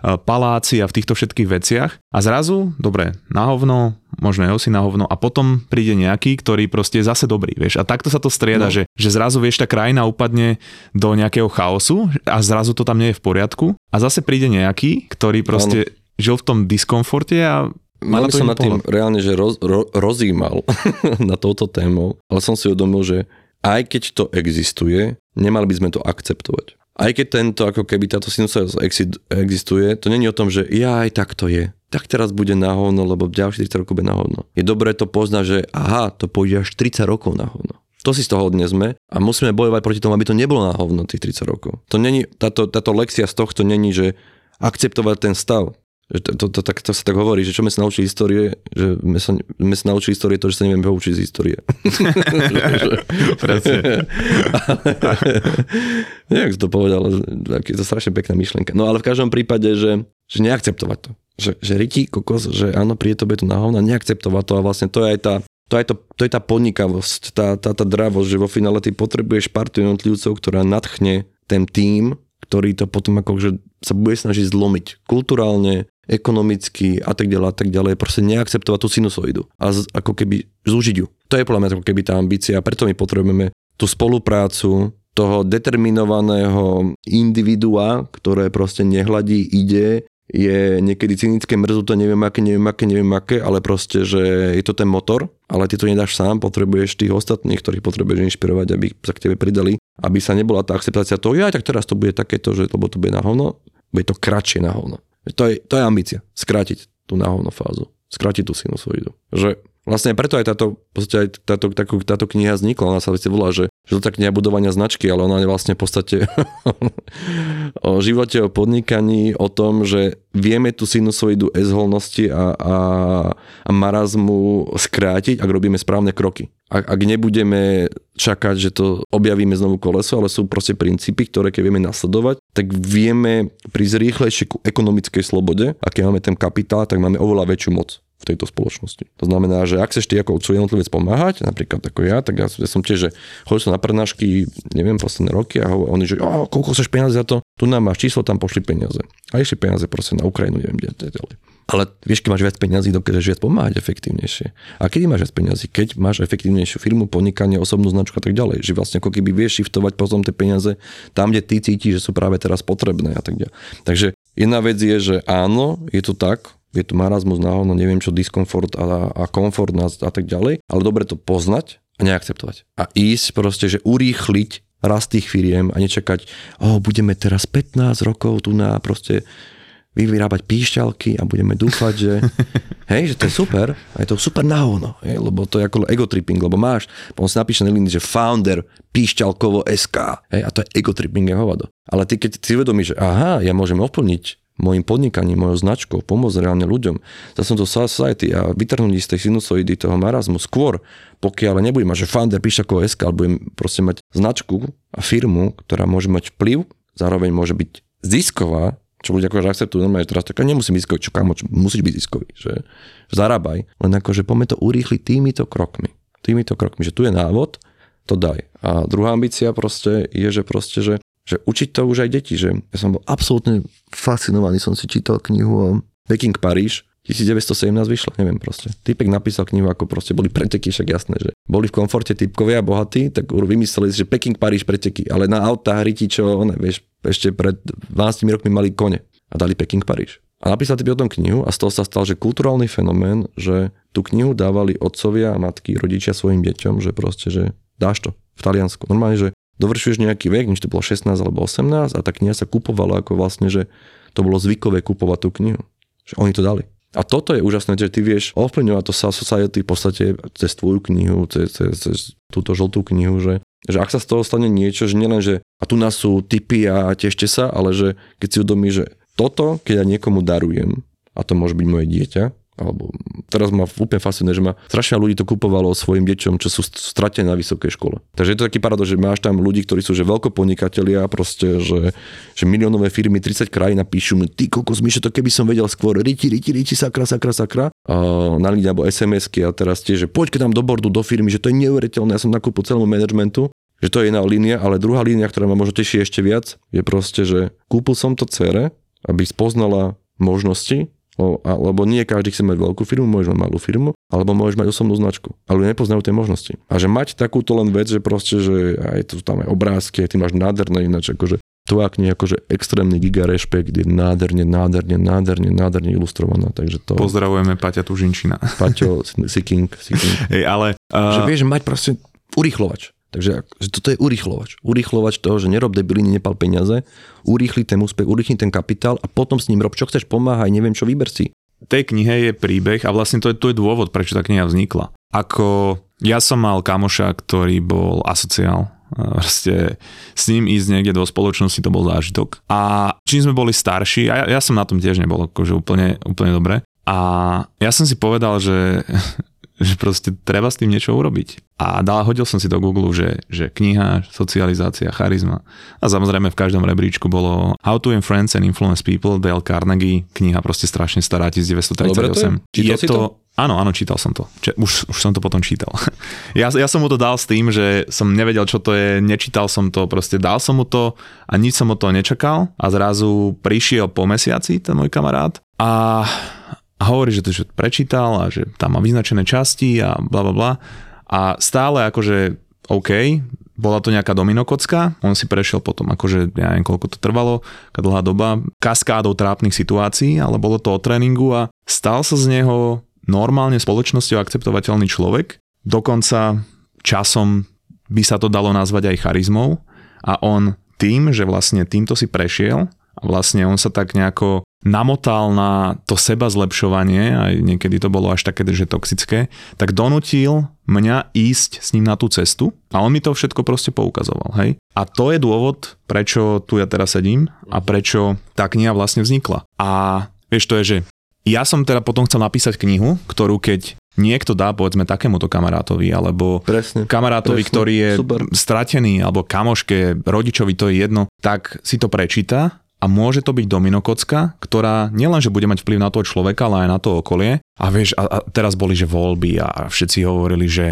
paláci a v týchto všetkých veciach a zrazu, dobre, na hovno, možno jeho si na hovno a potom príde nejaký, ktorý proste je zase dobrý, vieš. A takto sa to strieda, no. že, že zrazu, vieš, tá krajina upadne do nejakého chaosu a zrazu to tam nie je v poriadku a zase príde nejaký, ktorý proste ano. žil v tom diskomforte a mal by som na tým reálne, že roz, ro, rozímal na touto tému, ale som si uvedomil, že aj keď to existuje, nemali by sme to akceptovať. Aj keď tento, ako keby táto sinusoida existuje, to nie je o tom, že ja aj tak to je. Tak teraz bude na hovno, lebo ďalších tridsať rokov bude na hovno. Je dobré to poznať, že aha, to pôjde až tridsať rokov na hovno. To si z toho odnesme a musíme bojovať proti tomu, aby to nebolo na hovno tých tridsať rokov. To není, táto, táto lekcia z tohto není, že akceptovať ten stav. Že to, to, to, to, to sa tak hovorí, že čo sme sa naučili histórie, že my sa, my sa naučili histórie to, že sa nevieme poučiť z histórie. Presne. Nejak si to povedal, je to strašne pekná myšlienka. No ale v každom prípade, že, že neakceptovať to. Že, že rytí kokos, že áno, príde to, bude to na hovno, neakceptovať to a vlastne to je aj tá To je, to, to je tá podnikavosť, tá, tá, tá dravosť, že vo finále ty potrebuješ partiu jednotlivcov, ktorá nadchne ten tím, ktorý to potom akože sa bude snažiť zlomiť kulturálne, ekonomicky a tak ďalej a tak ďalej. Proste neakceptovať tú sinusoidu a z, ako keby zúžiť ju. To je podľa mňa ako keby tá ambícia a preto my potrebujeme tú spoluprácu toho determinovaného individua, ktoré proste nehladí, ide, je niekedy cynické, mrzuté, neviem aké, neviem aké, neviem aké, ale proste, že je to ten motor, ale ty to nedáš sám, potrebuješ tých ostatných, ktorých potrebuješ inšpirovať, aby sa k tebe pridali, aby sa nebola tá akceptácia toho, ja tak teraz to bude takéto, že lebo to bude na hovno, bude to kratšie na hovno. To je, to je ambícia, skrátiť tú na hovno fázu, skrátiť tú sinusoidu. Že vlastne preto aj táto, aj táto, táto, táto kniha vznikla, ona sa vlastne volá, že žltá kniha budovania značky, ale ona je vlastne v podstate o živote, o podnikaní, o tom, že vieme tú sinusoidu esholnosti a, a, a marazmu skrátiť, ak robíme správne kroky. Ak, ak nebudeme čakať, že to objavíme znovu koleso, ale sú proste princípy, ktoré keď vieme nasledovať, tak vieme prísť rýchlejšie ku ekonomickej slobode a keď máme ten kapitál, tak máme oveľa väčšiu moc v tejto spoločnosti. To znamená, že ak chceš ty ako otcov jednotlivec pomáhať, napríklad ako ja, tak ja, ja som tiež, že chodil som na prednášky, neviem, posledné roky a oni, že oh, koľko chceš peniaze za to, tu nám máš číslo, tam pošli peniaze. A išli peniaze proste na Ukrajinu, neviem, kde ďalej. Ale vieš, keď máš viac peniazí, dokážeš viac pomáhať efektívnejšie. A kedy máš viac peniazí? Keď máš efektívnejšiu firmu, podnikanie, osobnú značku a tak ďalej. Že vlastne ako keby vieš shiftovať potom tie peniaze tam, kde ty cítiš, že sú práve teraz potrebné a tak ďalej. Takže jedna vec je, že áno, je to tak, je to marazmus, náhodno, neviem čo, diskomfort a, a komfort a, a tak ďalej, ale dobre to poznať a neakceptovať. A ísť proste, že urýchliť rast tých firiem a nečakať, oh, budeme teraz pätnásť rokov tu na proste vyrábať píšťalky a budeme dúfať, že hej, že to je super a je to super na hovno, hej, lebo to je ako egotripping, lebo máš, on si napíše na LinkedIn, že founder píšťalkovo es ká, hej, a to je egotripping je hovado. Ale ty keď si uvedomíš, že aha, ja môžem ovplyvniť mojim podnikaním, mojou značkou, pomôcť reálne ľuďom, zase to society a vytrhnúť z tej sinusoidy toho marazmu skôr, pokiaľ nebudem mať, že founder píšťalkovo es ká, ale budem proste mať značku a firmu, ktorá môže mať vplyv, zároveň môže byť zisková, čo ľudia akože akceptujú normálne, že teraz taká nemusím byť ziskový, čo kámo, čo, musíš byť ziskový, že, že zarábaj, len akože poďme to urýchliť týmito krokmi, týmito krokmi, že tu je návod, to daj. A druhá ambícia proste je, že proste, že, že učiť to už aj deti, že ja som bol absolútne fascinovaný, som si čítal knihu o Peking Paríž, devätnásťstosedemnásť vyšlo, neviem proste. Typek napísal knihu, ako proste boli preteky, však jasné, že boli v komforte typkovia bohatí, tak vymysleli si, že Peking Paríž preteky, ale na autách riti, čo one, vieš, ešte pred dvanástimi rokmi mali kone a dali Peking Paríž. A napísal typek o tom knihu a z toho sa stal, že kulturálny fenomén, že tú knihu dávali otcovia a matky, rodičia svojim deťom, že proste, že dáš to v Taliansku. Normálne, že dovršuješ nejaký vek, než to bolo šestnásť alebo osemnásť a tá kniha sa kupovala ako vlastne, že to bolo zvykové kupovať tú knihu. Že oni to dali. A toto je úžasné, že ty vieš ovplyvňovať to society v podstate cez tvoju knihu, cez, cez, cez túto žltú knihu, že, že ak sa z toho stane niečo, že nielen, že a tu nás sú tipy a tešte sa, ale že keď si uvedomíš, že toto, keď ja niekomu darujem, a to môže byť moje dieťa, alebo teraz ma úplne fascinuje, že ma strašne ľudí to kupovalo svojim deťom, čo sú stratené na vysokej škole. Takže je to taký paradox, že máš tam ľudí, ktorí sú že veľkopodnikatelia, proste, že, že miliónové firmy, tridsať krajín napíšu mi, ty kokos, Mišo, to keby som vedel skôr, riti, riti, riti, sakra, sakra, sakra. A na LinkedIn alebo es em esky a teraz tiež, že poď keď tam do bordu, do firmy, že to je neuveriteľné, ja som nakúpil celému managementu, že to je jedna línia, ale druhá línia, ktorá ma možno teší ešte viac, je proste, že kúpil som to dcere, aby spoznala možnosti. Lebo nie každý chce mať veľkú firmu, môžeš mať malú firmu, alebo môžeš mať osobnú značku. Ale nepoznajú tie možnosti. A že mať takúto len vec, že proste, že aj tu tam aj obrázky, aj ty máš nádherné ináč, akože tvoja kniha, akože extrémny giga rešpekt, je nádherne, nádherne, nádherne, nádherne ilustrovaná. Takže to... Pozdravujeme Paťa Tužinčina. Paťo, Siking, Siking. Ej, ale... Uh... Že vieš, mať proste urýchlovač. Takže že toto je urýchlovač. Urýchlovač toho, že nerob debiliny, nepal peniaze, urýchli ten úspech, urýchli ten kapitál a potom s ním rob, čo chceš, pomáhaj, neviem čo, vyber si. V tej knihe je príbeh a vlastne to je, to je dôvod, prečo tá kniha vznikla. Ako ja som mal kamoša, ktorý bol asociál. Proste s ním ísť niekde do spoločnosti, to bol zážitok. A čím sme boli starší, a ja, ja som na tom tiež nebol akože úplne, úplne dobre. A ja som si povedal, že že proste treba s tým niečo urobiť. A dal, hodil som si do Google, že, že kniha, socializácia, charizma. A samozrejme v každom rebríčku bolo How to Influence and Influence People, Dale Carnegie, kniha proste strašne stará, devätnásťstotridsaťosem. Čítal je si to? to? Áno, áno, čítal som to. Če, už, už som to potom čítal. ja, ja som mu to dal s tým, že som nevedel, čo to je, nečítal som to, proste dal som mu to a nič som mu to nečakal a zrazu prišiel po mesiaci ten môj kamarát a A hovorí, že to že prečítal a že tam má vyznačené časti a bla bla bla. A stále akože OK, bola to nejaká dominokocka, on si prešiel potom akože, ja neviem koľko to trvalo, aká dlhá doba, kaskádou trápnych situácií, ale bolo to o tréningu a stal sa z neho normálne spoločnosťou akceptovateľný človek. Dokonca časom by sa to dalo nazvať aj charizmou a on tým, že vlastne týmto si prešiel a vlastne on sa tak nejako namotal na to seba zlepšovanie, aj niekedy to bolo až také, že toxické, tak donutil mňa ísť s ním na tú cestu a on mi to všetko proste poukazoval, hej. A to je dôvod, prečo tu ja teraz sedím a prečo tá kniha vlastne vznikla. A vieš, to je, že ja som teda potom chcel napísať knihu, ktorú keď niekto dá, povedzme, takémuto kamarátovi, alebo presne, kamarátovi, presne, ktorý je super stratený, alebo kamoške, rodičovi, to je jedno, tak si to prečíta. A môže to byť dominokocka, ktorá nielenže bude mať vplyv na toho človeka, ale aj na to okolie. A vieš, a, a teraz boli, že voľby a všetci hovorili, že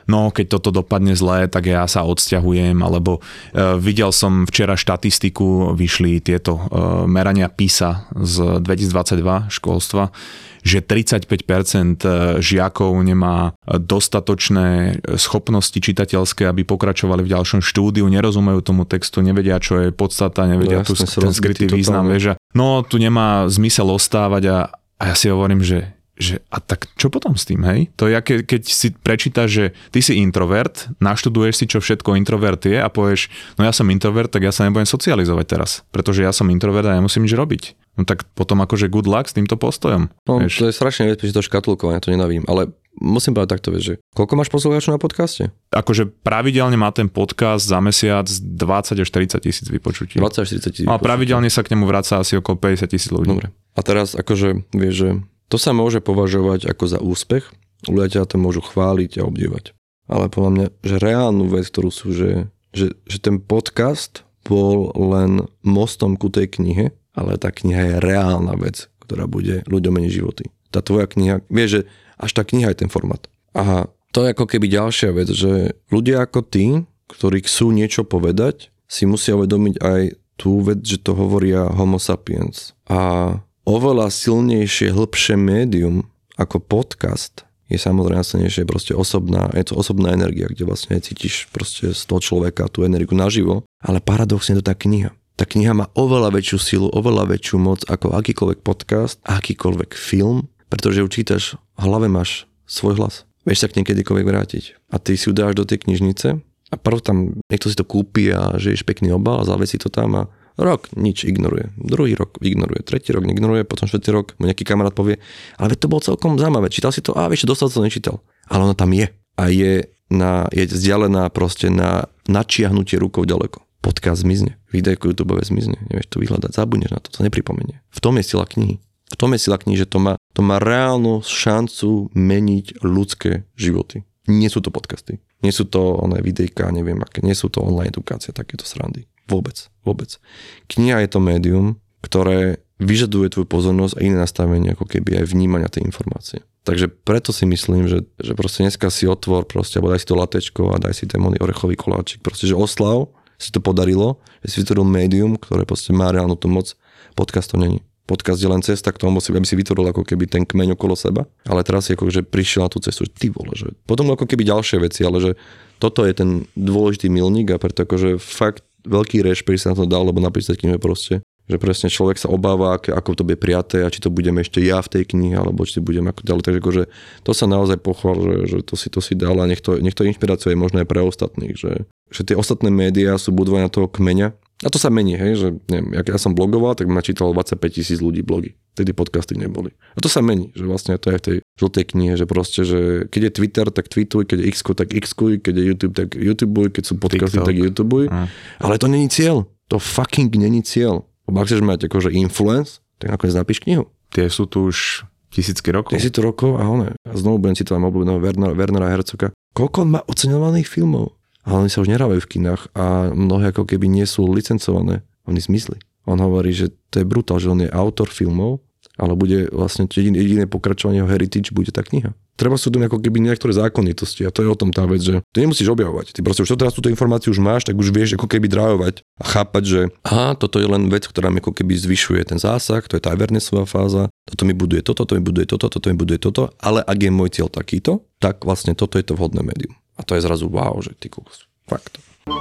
no keď toto dopadne zle, tak ja sa odsťahujem, alebo uh, videl som včera štatistiku, vyšli tieto uh, merania PISA z dvetisícdvadsaťdva školstva, že tridsaťpäť percent žiakov nemá dostatočné schopnosti čitateľské, aby pokračovali v ďalšom štúdiu, nerozumejú tomu textu, nevedia, čo je podstata, nevedia no, tu ten skrytý význam, vieš. No, tu nemá zmysel ostávať a, a ja si hovorím, že že a tak čo potom s tým, hej? To je, keď, keď si prečítaš, že ty si introvert, naštuduješ si, čo všetko introvert je a povieš, no ja som introvert, tak ja sa nebudem socializovať teraz, pretože ja som introvert a ja musím nič robiť. No tak potom akože good luck s týmto postojom. No, vieš? To je strašne nebezpečné to škatulkovanie, to nenavím, ale musím povedať takto, vieš, že koľko máš poslucháčov na podcaste? Akože pravidelne má ten podcast za mesiac dvadsať až tridsať tisíc vypočutí. dvadsať až tridsať tisíc. A pravidelne sa k nemu vracia asi okolo päťdesiat tisíc ľudí. Dobre. A teraz akože, vieš, že to sa môže považovať ako za úspech, ľudia ťa to môžu chváliť a obdivovať. Ale podľa mňa, že reálnu vec, ktorú sú, že, že, že ten podcast bol len mostom ku tej knihe, ale tá kniha je reálna vec, ktorá bude ľuďom meniť životy. Tá tvoja kniha, vieš, že až tá kniha je ten formát. A to je ako keby ďalšia vec, že ľudia ako ty, ktorí chcú niečo povedať, si musia uvedomiť aj tú vec, že to hovoria homo sapiens. A oveľa silnejšie, hĺbšie médium ako podcast je samozrejme silnejšie proste osobná, je to osobná energia, kde vlastne cítiš proste z toho človeka tú energiu naživo, ale paradoxne to tá kniha. Tá kniha má oveľa väčšiu silu, oveľa väčšiu moc ako akýkoľvek podcast, akýkoľvek film, pretože ju čítaš, v hlave máš svoj hlas. Vieš sa k nej kedykoľvek vrátiť. A ty si ju dáš do tej knižnice a prv tam niekto si to kúpi a žiješ pekný obal a zavesí to tam a rok nič ignoruje, druhý rok ignoruje, tretí rok neignoruje, potom štvrtý rok mu nejaký kamarát povie, ale to bolo celkom zaujímavé, čítal si to? A vieš, dostal som nečítal. Ale ona tam je a je, na, je vzdialená proste na načiahnutie rukou ďaleko. Podcast zmizne, videjko YouTube zmizne, nevieš to vyhľadať, zabudneš na to, to nepripomenie. V tom je sila knihy. V tom je sila knihy, že to má, to má reálnu šancu meniť ľudské životy. Nie sú to podcasty, nie sú to oné videjka, neviem aké, nie sú to online edukácia, takéto srandy. Vôbec, vôbec. Kniha je to médium, ktoré vyžaduje tvoju pozornosť a iné nastavenie, ako keby aj vnímania tej informácie. Takže preto si myslím, že, že proste dneska si otvor proste, alebo daj si to latečko a daj si ten orechový koláčik. Proste, že oslav si to podarilo, že si vytvoril médium, ktoré proste má reálnu tú moc. Podcast to není. Podcast je len cesta k tomu, aby si vytvoril ako keby ten kmeň okolo seba. Ale teraz si ako, že prišiel na tú cestu, že ty vole, že potom ako keby ďalšie veci, ale že toto je ten dôležitý milník a preto akože fakt veľký rešpekt sa na to dal, lebo napísať knihe proste, že presne človek sa obáva, ako to bude prijaté a či to budem ešte ja v tej knihe, alebo či budem ako ďalej. Takže akože to sa naozaj pochvál, že, že to si to si dal a nech to, nech to inšpirácia je možné aj pre ostatných, že, že tie ostatné médiá sú budované na toho kmeňa. A to sa mení, hej, že neviem, jak ja som blogoval, tak ma čítalo dvadsaťpäť tisíc ľudí blogy. Vtedy podcasty neboli. A to sa mení, že vlastne to je v tej žltej knihe, že proste, že keď je Twitter, tak tweetuj, keď je X, tak X-kuj, keď je YouTube, tak YouTubeuj, keď sú podcasty, TikTok, tak YouTubeuj. Mm. Ale to není cieľ. To fucking není cieľ. Ak chceš mať akože influence, tak nakoniec napíš knihu. Tie sú tu už tisícky rokov. Tisícky rokov a one. A znovu budem citovať obľúbeného Wernera, Wernera Herzoga. Koľko on má oceňovaných filmov? Ale oni sa už nerávajú v kinách a mnohé ako keby nie sú licencované. Oni zmysli. On hovorí, že to je brutál, že on je autor filmov, ale bude vlastne jediné, jediné pokračovanie jeho heritage bude tá kniha. Treba si uvedomiť ako keby niektoré zákonitosti a to je o tom tá vec, že to nemusíš objavovať. Ty proste už teraz túto informáciu už máš, tak už vieš ako keby drivovať a chápať, že aha, toto je len vec, ktorá mi ako keby zvyšuje ten zásah, to je tá awarenessová fáza, toto mi buduje toto, toto mi buduje toto, toto mi buduje toto, ale ak je môj cieľ takýto, tak vlastne toto je to vhodné médium. A to je zrazu wow, že ty kokos. Fakt.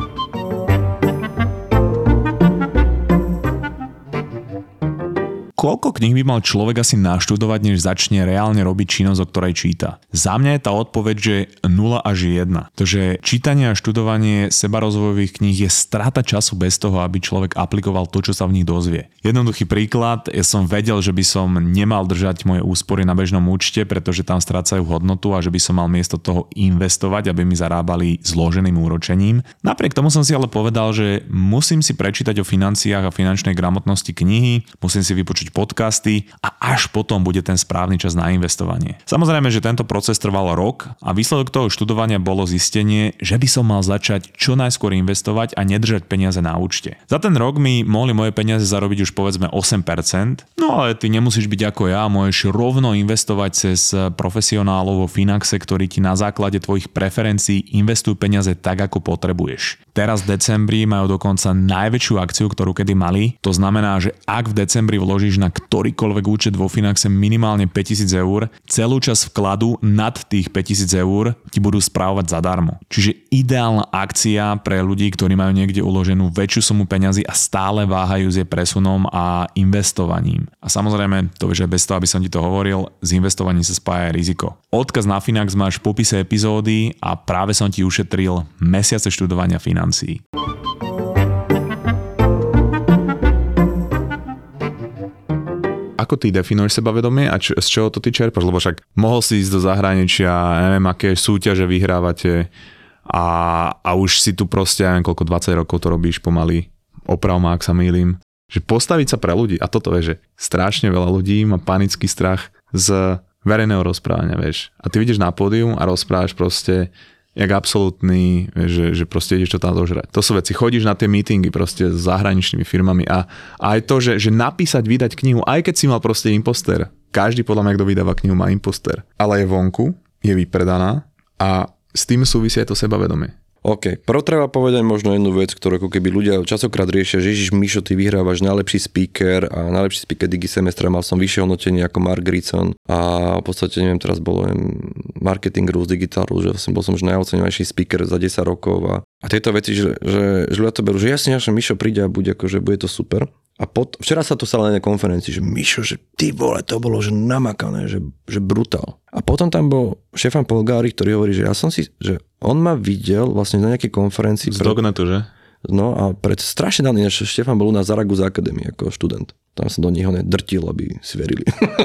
Koľko kníh by mal človek asi naštudovať, než začne reálne robiť činnosť, o ktorej číta? Za mňa je tá odpoveď, že nula až jedna. Takže čítanie a študovanie sebarozvojových kníh je strata času bez toho, aby človek aplikoval to, čo sa v nich dozvie. Jednoduchý príklad, ja som vedel, že by som nemal držať moje úspory na bežnom účte, pretože tam strácajú hodnotu a že by som mal miesto toho investovať, aby mi zarábali zloženým úročením. Napriek tomu som si ale povedal, že musím si prečítať o financiách a finančnej gramotnosti knihy, musím si vypočuť pustiť podcasty a až potom bude ten správny čas na investovanie. Samozrejme, že tento proces trval rok a výsledok toho študovania bolo zistenie, že by som mal začať čo najskôr investovať a nedržať peniaze na účte. Za ten rok mi mohli moje peniaze zarobiť už povedzme osem percent, no ale ty nemusíš byť ako ja, môžeš rovno investovať cez profesionálov vo Finaxe, ktorí ti na základe tvojich preferencií investujú peniaze tak, ako potrebuješ. Teraz v decembri majú dokonca najväčšiu akciu, ktorú kedy mali. To znamená, že ak v decembri vložíš na ktorýkoľvek účet vo Finaxe minimálne päťtisíc eur, celú časť vkladu nad tých päťtisíc eur ti budú správovať zadarmo. Čiže ideálna akcia pre ľudí, ktorí majú niekde uloženú väčšiu sumu peňazí a stále váhajú s jej presunom a investovaním. A samozrejme, to vieš aj bez toho, aby som ti to hovoril, s investovaním sa spája aj riziko. Odkaz na Finax máš v popise epizódy a práve som ti ušetril mesiace študovania financií. Ako ty definuješ sebavedomie a čo, z čoho to ty čerpaš? Lebo však mohol si ísť do zahraničia, neviem, aké súťaže vyhrávate a, a už si tu proste, neviem, koľko, dvadsať rokov to robíš pomaly, oprav ma, ak sa mýlim. Že postaviť sa pre ľudí, a toto vieš, že strašne veľa ľudí má panický strach z verejného rozprávania, vieš. A ty vidíš na pódium a rozprávaš proste jak absolútny, že, že proste ideš to tam zožrať. To sú veci, chodíš na tie meetingy proste s zahraničnými firmami a, a aj to, že, že napísať, vydať knihu, aj keď si mal proste imposter. Každý podľa mňa, kto vydáva knihu, má imposter. Ale je vonku, je vypredaná a s tým súvisí aj to sebavedomie. OK, prvo treba povedať možno jednu vec, ktorú ako keby ľudia časokrát riešia, že Ježiš, Mišo, ty vyhrávaš najlepší speaker a najlepší speaker Digi semestra, mal som vyššie hodnotenie ako Mark Ritson a v podstate, neviem, teraz bolo neviem, Marketing Rules, Digital Rules, že som bol som už najocenenejší speaker za desať rokov a, a tieto veci, že, že, že ľudia to berú, že jasne, jasne, Mišo príde a bude, akože bude to super. A pot, včera sa to stalo na konferencii, že Mišo, že ty vole, to bolo že namakané, že, že brutál. A potom tam bol Štefan Polgári, ktorý hovorí, že ja som si, že on ma videl vlastne na nejakej konferencii. Z Dognetu, že? No a pred strašne dávny, že Štefan bol u nás Zaragoza Academy ako študent. Tam som do nich ho drtil, aby si verili.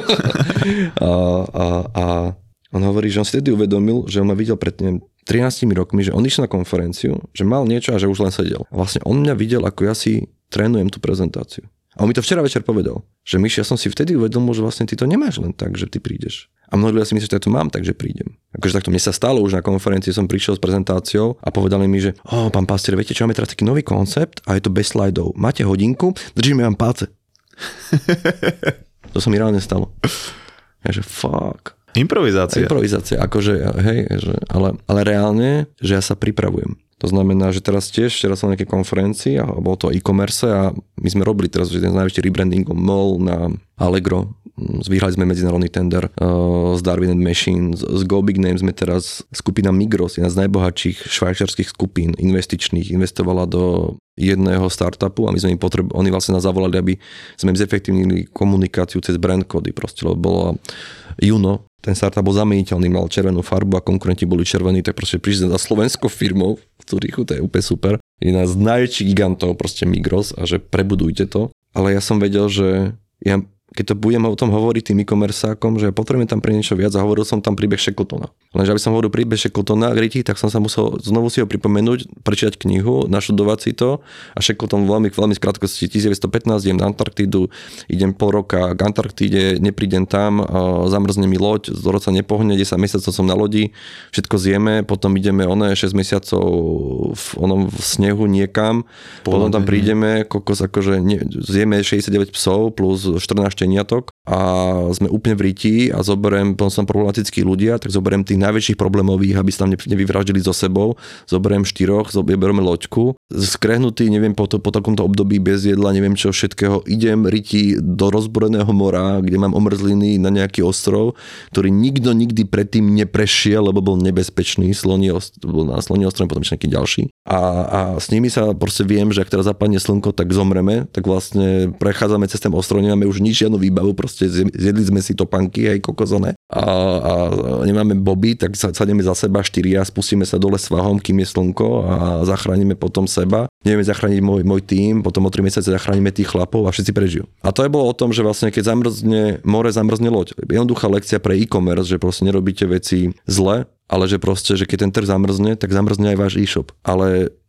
a, a, a on hovorí, že on si tedy uvedomil, že on ma videl pred neviem, trinástimi rokmi, že on išiel na konferenciu, že mal niečo a že už len sedel. A vlastne on mňa videl, ako ja si trénujem tú prezentáciu. A on mi to včera večer povedal, že Myš, ja som si vtedy uvedomil, že vlastne ty to nemáš len tak, že ty prídeš. A mnohí ľudia si myslí, že ja to mám, takže prídem. Akože takto mne sa stalo už na konferencii, som prišiel s prezentáciou a povedali mi, že o, pán pastier, viete čo, máme teraz taký nový koncept a je to bez slajdov. Máte hodinku, držíme vám palce. To sa mi reálne stalo. Ja, že fuck. Improvizácia. Improvizácia, akože, hej, že, ale, ale reálne, že ja sa pripravujem. To znamená, že teraz tiež, teraz som na nejakej konferencii a bolo to e-commerce a my sme robili teraz jeden z najväčších rebrandingov mall na Allegro. Vyhrali sme medzinárodný tender uh, z Darwin and Machine, z, z Go Big Name sme teraz, skupina Migros, jedna z najbohatších švajčiarskych skupín investičných, investovala do jedného startupu a my sme im potrebu, oni vlastne nás zavolali, aby sme im zefektívnili komunikáciu cez brand kódy proste, lebo bolo Juno, ten startup bol zameniteľný, mal červenú farbu a konkurenti boli červení, tak proste prišli za slovenskou firmou, v Zurichu, to je úplne super. Jedna z najväčších gigantov, proste Migros a že prebudujte to. Ale ja som vedel, že ja keď to budem o tom hovoriť tým e-commerceákom, že potrebujem tam pre niečo viac a hovoril som tam príbeh Shackletona. Lenže aby som hovoril príbeh Shackletona, Gritty, tak som sa musel znovu si ho pripomenúť, prečítať knihu, naštudovať si to a Shackleton veľmi, veľmi v krátkosti devätnásťstopätnásť idem na Antarktidu, idem pol roka k Antarktíde, neprídem tam, zamrzne mi loď, z roca nepohne, desať mesiacov som na lodi, všetko zjeme, potom ideme oné šesť mesiacov v onom v snehu niekam, Pol potom tam prídeme, kokos akože ne, zjeme šesťdesiatdeväť psov plus štrnásť šteniatok a sme úplne v ríti a zoberiem, potom som problematickí ľudia, tak zoberiem tých najväčších problémových, aby sa tam nevyvraždili so sebou, zoberiem štyroch, zoberieme loďku, skrehnutý, neviem, po, to, po takomto období bez jedla, neviem čo všetkého, idem riti do rozboreného mora, kde mám omrzliny na nejaký ostrov, ktorý nikto nikdy predtým neprešiel, lebo bol nebezpečný, sloní ostrov, bol na sloní ostrov, potom ešte nejaký ďalší. A, a s nimi sa proste viem, že ak teraz zapadne slnko, tak zomreme, tak vlastne prechádzame cez ten ostrov, nemáme už nič, žiadnu výbavu, proste zjedli sme si topanky, aj kokosone a, a nemáme boby, tak sa sadneme za seba štyria, spustíme sa dole svahom, kým je slnko a zachránime potom seba. Nevieme zachrániť môj, môj tím, potom o tri mesiace zachránime tých chlapov a všetci prežijú. A to je bolo o tom, že vlastne keď zamrzne more, zamrzne loď. Jednoduchá lekcia pre e-commerce, že proste nerobíte veci zle, ale že proste, že keď ten trh zamrzne, tak zamrzne aj váš e-shop. Ale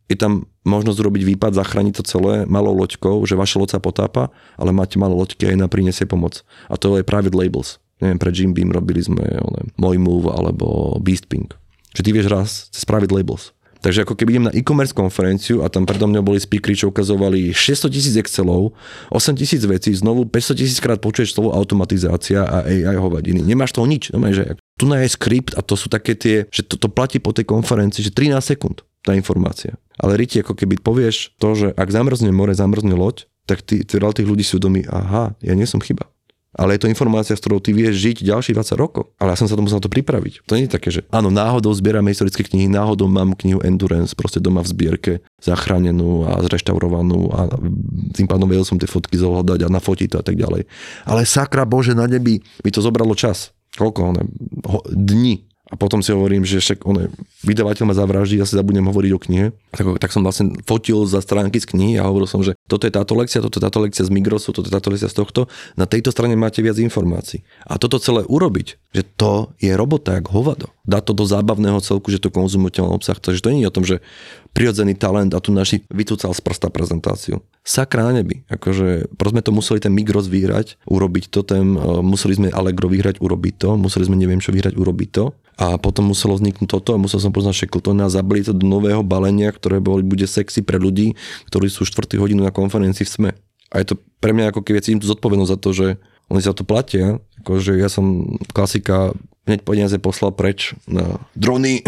je tam možnosť robiť výpad, zachrániť to celé malou loďkou, že vaša loď sa potápa, ale máte malú loďky a jedna prinesie pomoc. A to je private labels. Neviem, pre Jim Beam robili sme neviem, Môj Move alebo Beast Pink. Že ty vieš raz cez private labels. Takže ako keby idem na e-commerce konferenciu a tam predo mňa boli speakery, čo ukazovali šesťsto tisíc Excelov, osem tisíc vecí, znovu päťsto tisíc krát počuješ slovo automatizácia a á í hovadiny. Nemáš toho nič. No, že tu na je skript a to sú také tie, že to, to platí po tej konferencii, že trinásť sekúnd tá informácia. Ale Riti, ako keby povieš to, že ak zamrzne more, zamrzne loď, tak ty, ty tých ľudí si uvedomí, aha, ja nie som chyba. Ale je to informácia, s ktorou ty vieš žiť ďalších dvadsať rokov. Ale ja som sa to musel na to pripraviť. To nie je také, že áno, náhodou zbierame historické knihy, náhodou mám knihu Endurance proste doma v zbierke, zachránenú a zreštaurovanú a tým pádom vedel som tie fotky zohľadať a nafotiť to a tak ďalej. Ale sakra Bože, na nebi mi to zobralo čas. Koľko? Ne? Dni. A potom si hovorím, že však on, vydavateľ ma zavraždí, ja si zabudnem hovoriť o knihe. Tak, tak som vlastne fotil za stránky z knihy a hovoril som, že toto je táto lekcia, toto je táto lekcia z Migrosu, toto je táto lekcia z tohto. Na tejto strane máte viac informácií. A toto celé urobiť, že to je robota jak hovado. Dá to do zábavného celku, že to konzumovateľný obsah. Takže to nie je o tom, že prirodzený talent a tu naši vytúcal z prsta prezentáciu. Sakra na nebi. Akože, proste sme to museli ten Migros vyhrať, urobiť to, ten, museli sme Allegro vyhrať, urobiť to, museli sme neviem čo vyhrať, urobiť to. A potom muselo vzniknúť toto a musel som poznať Shackletona a zabili to do nového balenia, ktoré bol, bude sexy pre ľudí, ktorí sú štvrtú hodinu na konferencii v SME. A je to pre mňa ako keby cítim tú zodpovednosť za to, že oni sa to platia. Akože ja som klasika hneď peniaze poslal preč na drony.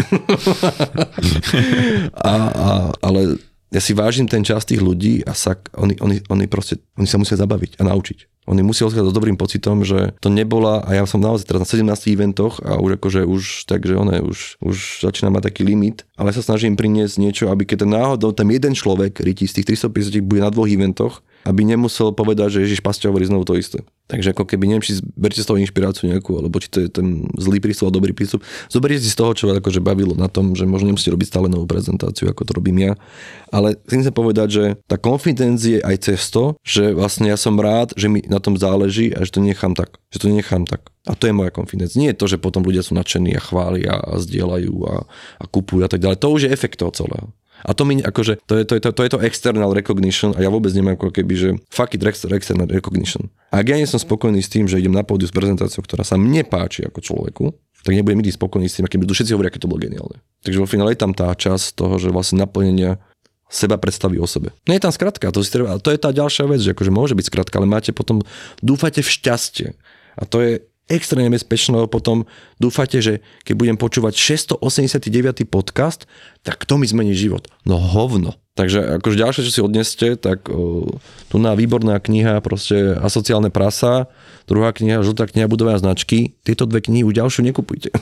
a, a, ale ja si vážim ten čas tých ľudí a sak, oni, oni, oni, proste, oni sa musia zabaviť a naučiť. Oni musia odchádzať s dobrým pocitom, že to nebola, a ja som naozaj teraz na sedemnástich eventoch a už akože už, takže one, už, už začína mať taký limit, ale sa snažím priniesť niečo, aby keď ten náhodou tam jeden človek, Riti, z tých tristopäťdesiat bude na dvoch eventoch, aby nemusel povedať, že Ježiš Pasťa hovorí znovu to isté. Takže ako keby, neviem, či berte z toho inšpiráciu nejakú, alebo či to je ten zlý prístup a dobrý prístup. Zoberiete si z toho, čo vás akože bavilo na tom, že možno nemusíte robiť stále novú prezentáciu, ako to robím ja. Ale chcem sa povedať, že tá confidence je aj cez to, že vlastne ja som rád, že mi na tom záleží a že to nechám tak. Že to nechám tak. A to je moja confidence. Nie je to, že potom ľudia sú nadšení a chvália a zdieľajú a, a kupujú a tak ďalej. To už je efekt toho celého. A to mi akože, to je to, to, to, je to external recognition a ja vôbec nemám ako keby, že fuck it, external recognition. A ak ja nie som spokojný s tým, že idem na pódiu s prezentáciou, ktorá sa mne páči ako človeku, tak nebudem nikdy spokojný s tým, akým budú všetci hovoria, aké to bolo geniálne. Takže vo finále je tam tá časť toho, že vlastne naplnenia seba predstaví o sebe. Nie je tam skratka, to, si treba, to je tá ďalšia vec, že akože môže byť skratka, ale máte potom, dúfajte v šťastie. A to je extrémne bezpečné, potom dúfate, že keď budem počúvať šesťstoosemdesiatdeväť podcast, tak to mi zmení život. No hovno. Takže akože ďalšie, čo si odneste, tak o, tu na výborná kniha, proste Asociálne prasa, druhá kniha, Žltá kniha budovania značky, tieto dve knihy už ďalšiu nekupujte.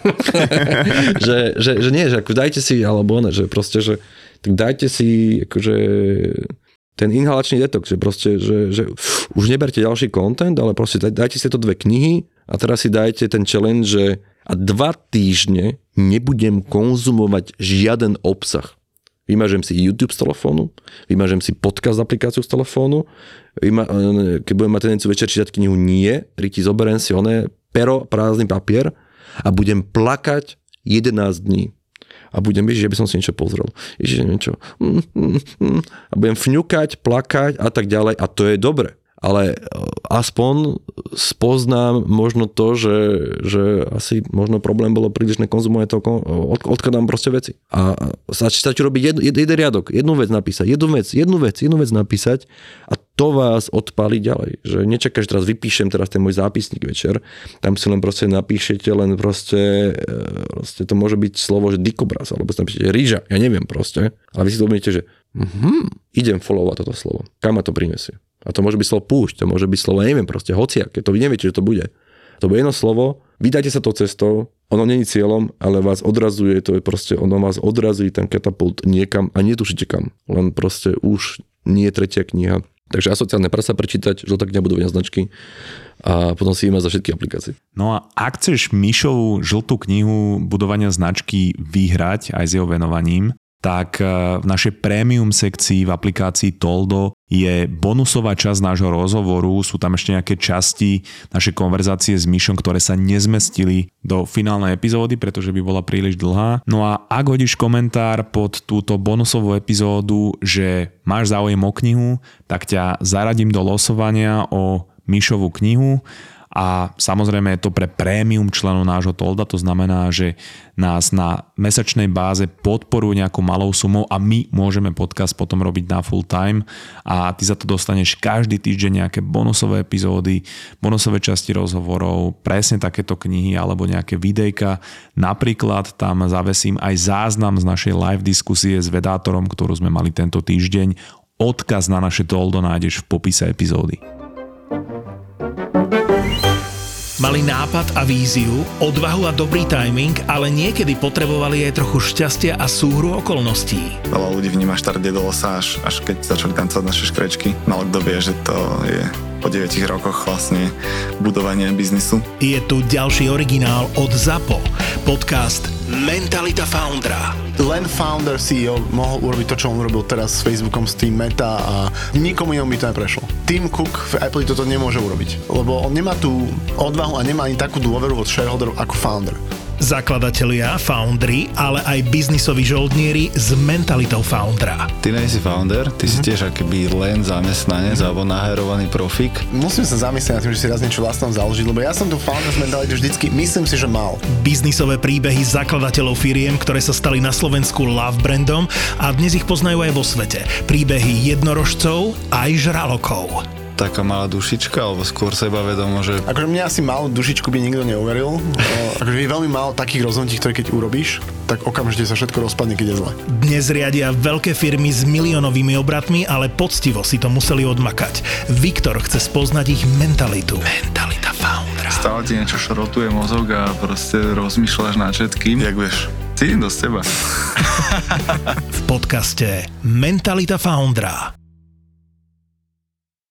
že, že, že nie, že ako dajte si, alebo ne, že proste, že tak dajte si akože ten inhalačný detox, že proste, že, že už neberte ďalší content, ale proste dajte si tieto dve knihy a teraz si dajte ten challenge, že a dva týždne nebudem konzumovať žiaden obsah. Vymažem si YouTube z telefónu, vymažem si podcast aplikáciu z telefónu, vyma, keď budem mať tendenciu večer čítať knihu, nie, Riti, zoberiem si oné pero, prázdny papier a budem plakať jedenásť dní. A budem, ježiš, že by som si niečo pozrel. Ježiš, niečo. A budem fňukať, plakať a tak ďalej. A to je dobre. Ale aspoň spoznám možno to, že, že asi možno problém bolo prílišné konzumovanie toho, od, odkladám proste veci. A stačí robiť jed, jed, jeden riadok, jednu vec napísať, jednu vec, jednu vec, jednu vec napísať a to vás odpálí ďalej. Že nečakáš, že teraz vypíšem teraz ten môj zápisník večer, tam si len proste napíšete, len proste, proste to môže byť slovo, že dikobraz, alebo si napíšete rýža, ja neviem proste, ale vy si to umiete, že mhm, idem followovať toto slovo. Kam ma to prinesie? A to môže byť slovo púšť, to môže byť slovo, neviem proste, hociaké, to vy neviete, že to bude. To bude jedno slovo, vydajte sa tou cestou, ono není cieľom, ale vás odrazuje, to je proste, ono vás odrazí ten katapult niekam a netušíte kam. Len proste už nie je tretia kniha. Takže Asociálne prasa prečítať, Žltá kniha budovania značky a potom si ima za všetky aplikácie. No a ak chceš Mišovú Žltú knihu budovania značky vyhrať aj s jeho venovaním, tak v našej premium sekcii v aplikácii Toldo je bonusová časť nášho rozhovoru, sú tam ešte nejaké časti našej konverzácie s Mišom, ktoré sa nezmestili do finálnej epizódy, pretože by bola príliš dlhá. No a ak hodíš komentár pod túto bonusovú epizódu, že máš záujem o knihu, tak ťa zaradím do losovania o Mišovú knihu. A samozrejme je to pre prémium členov nášho Tolda, to znamená, že nás na mesačnej báze podporujú nejakou malou sumou a my môžeme podcast potom robiť na full time a ty za to dostaneš každý týždeň nejaké bonusové epizódy, bonusové časti rozhovorov, presne takéto knihy alebo nejaké videjka. Napríklad tam zavesím aj záznam z našej live diskusie s vedátorom, ktorú sme mali tento týždeň. Odkaz na naše Toldo nájdeš v popise epizódy. Mali nápad a víziu, odvahu a dobrý timing, ale niekedy potrebovali aj trochu šťastia a súhru okolností. Veľa ľudí vníma štart Dedosa až, až keď začali tancovať naše škrečky. Málo kto vie, že to je po deviatich rokoch vlastne budovanie biznisu. Je tu ďalší originál od ZAPO, podcast Mentalita Foundera. Len founder C E O mohol urobiť to, čo on urobil teraz s Facebookom, s tým Meta a nikomu inom by to neprešlo. Tim Cook v Apple toto nemôže urobiť, lebo on nemá tú odvahu a nemá ani takú dôveru od shareholderov ako founder. Zakladatelia, foundry, ale aj biznisoví žoldnieri s mentalitou foundera. Ty nie si founder, ty mm-hmm. si tiež akoby len zamestnanec mm-hmm. alebo naherovaný profík. Musím sa zamyslieť nad tým, že si raz niečo vlastnom založiť, lebo ja som tu founders mentalitu vždycky, myslím si, že mal. Biznisové príbehy zakladateľov firiem, ktoré sa stali na Slovensku love brandom a dnes ich poznajú aj vo svete. Príbehy jednorožcov aj žralokov. Taká malá dušička, alebo skôr sebavedomo, že... Akože mňa asi malú dušičku by nikto neuveril. Akože je veľmi málo takých rozhodnutí, ktoré keď urobíš, tak okamžite sa všetko rozpadne, keď je zle. Dnes riadia veľké firmy s miliónovými obratmi, ale poctivo si to museli odmakať. Viktor chce spoznať ich mentalitu. Mentalita foundera. Stále ti niečo šrotuje mozog a proste rozmýšľaš nad všetkým. Jak vieš, cítim do z teba. V podcaste Mentalita foundera.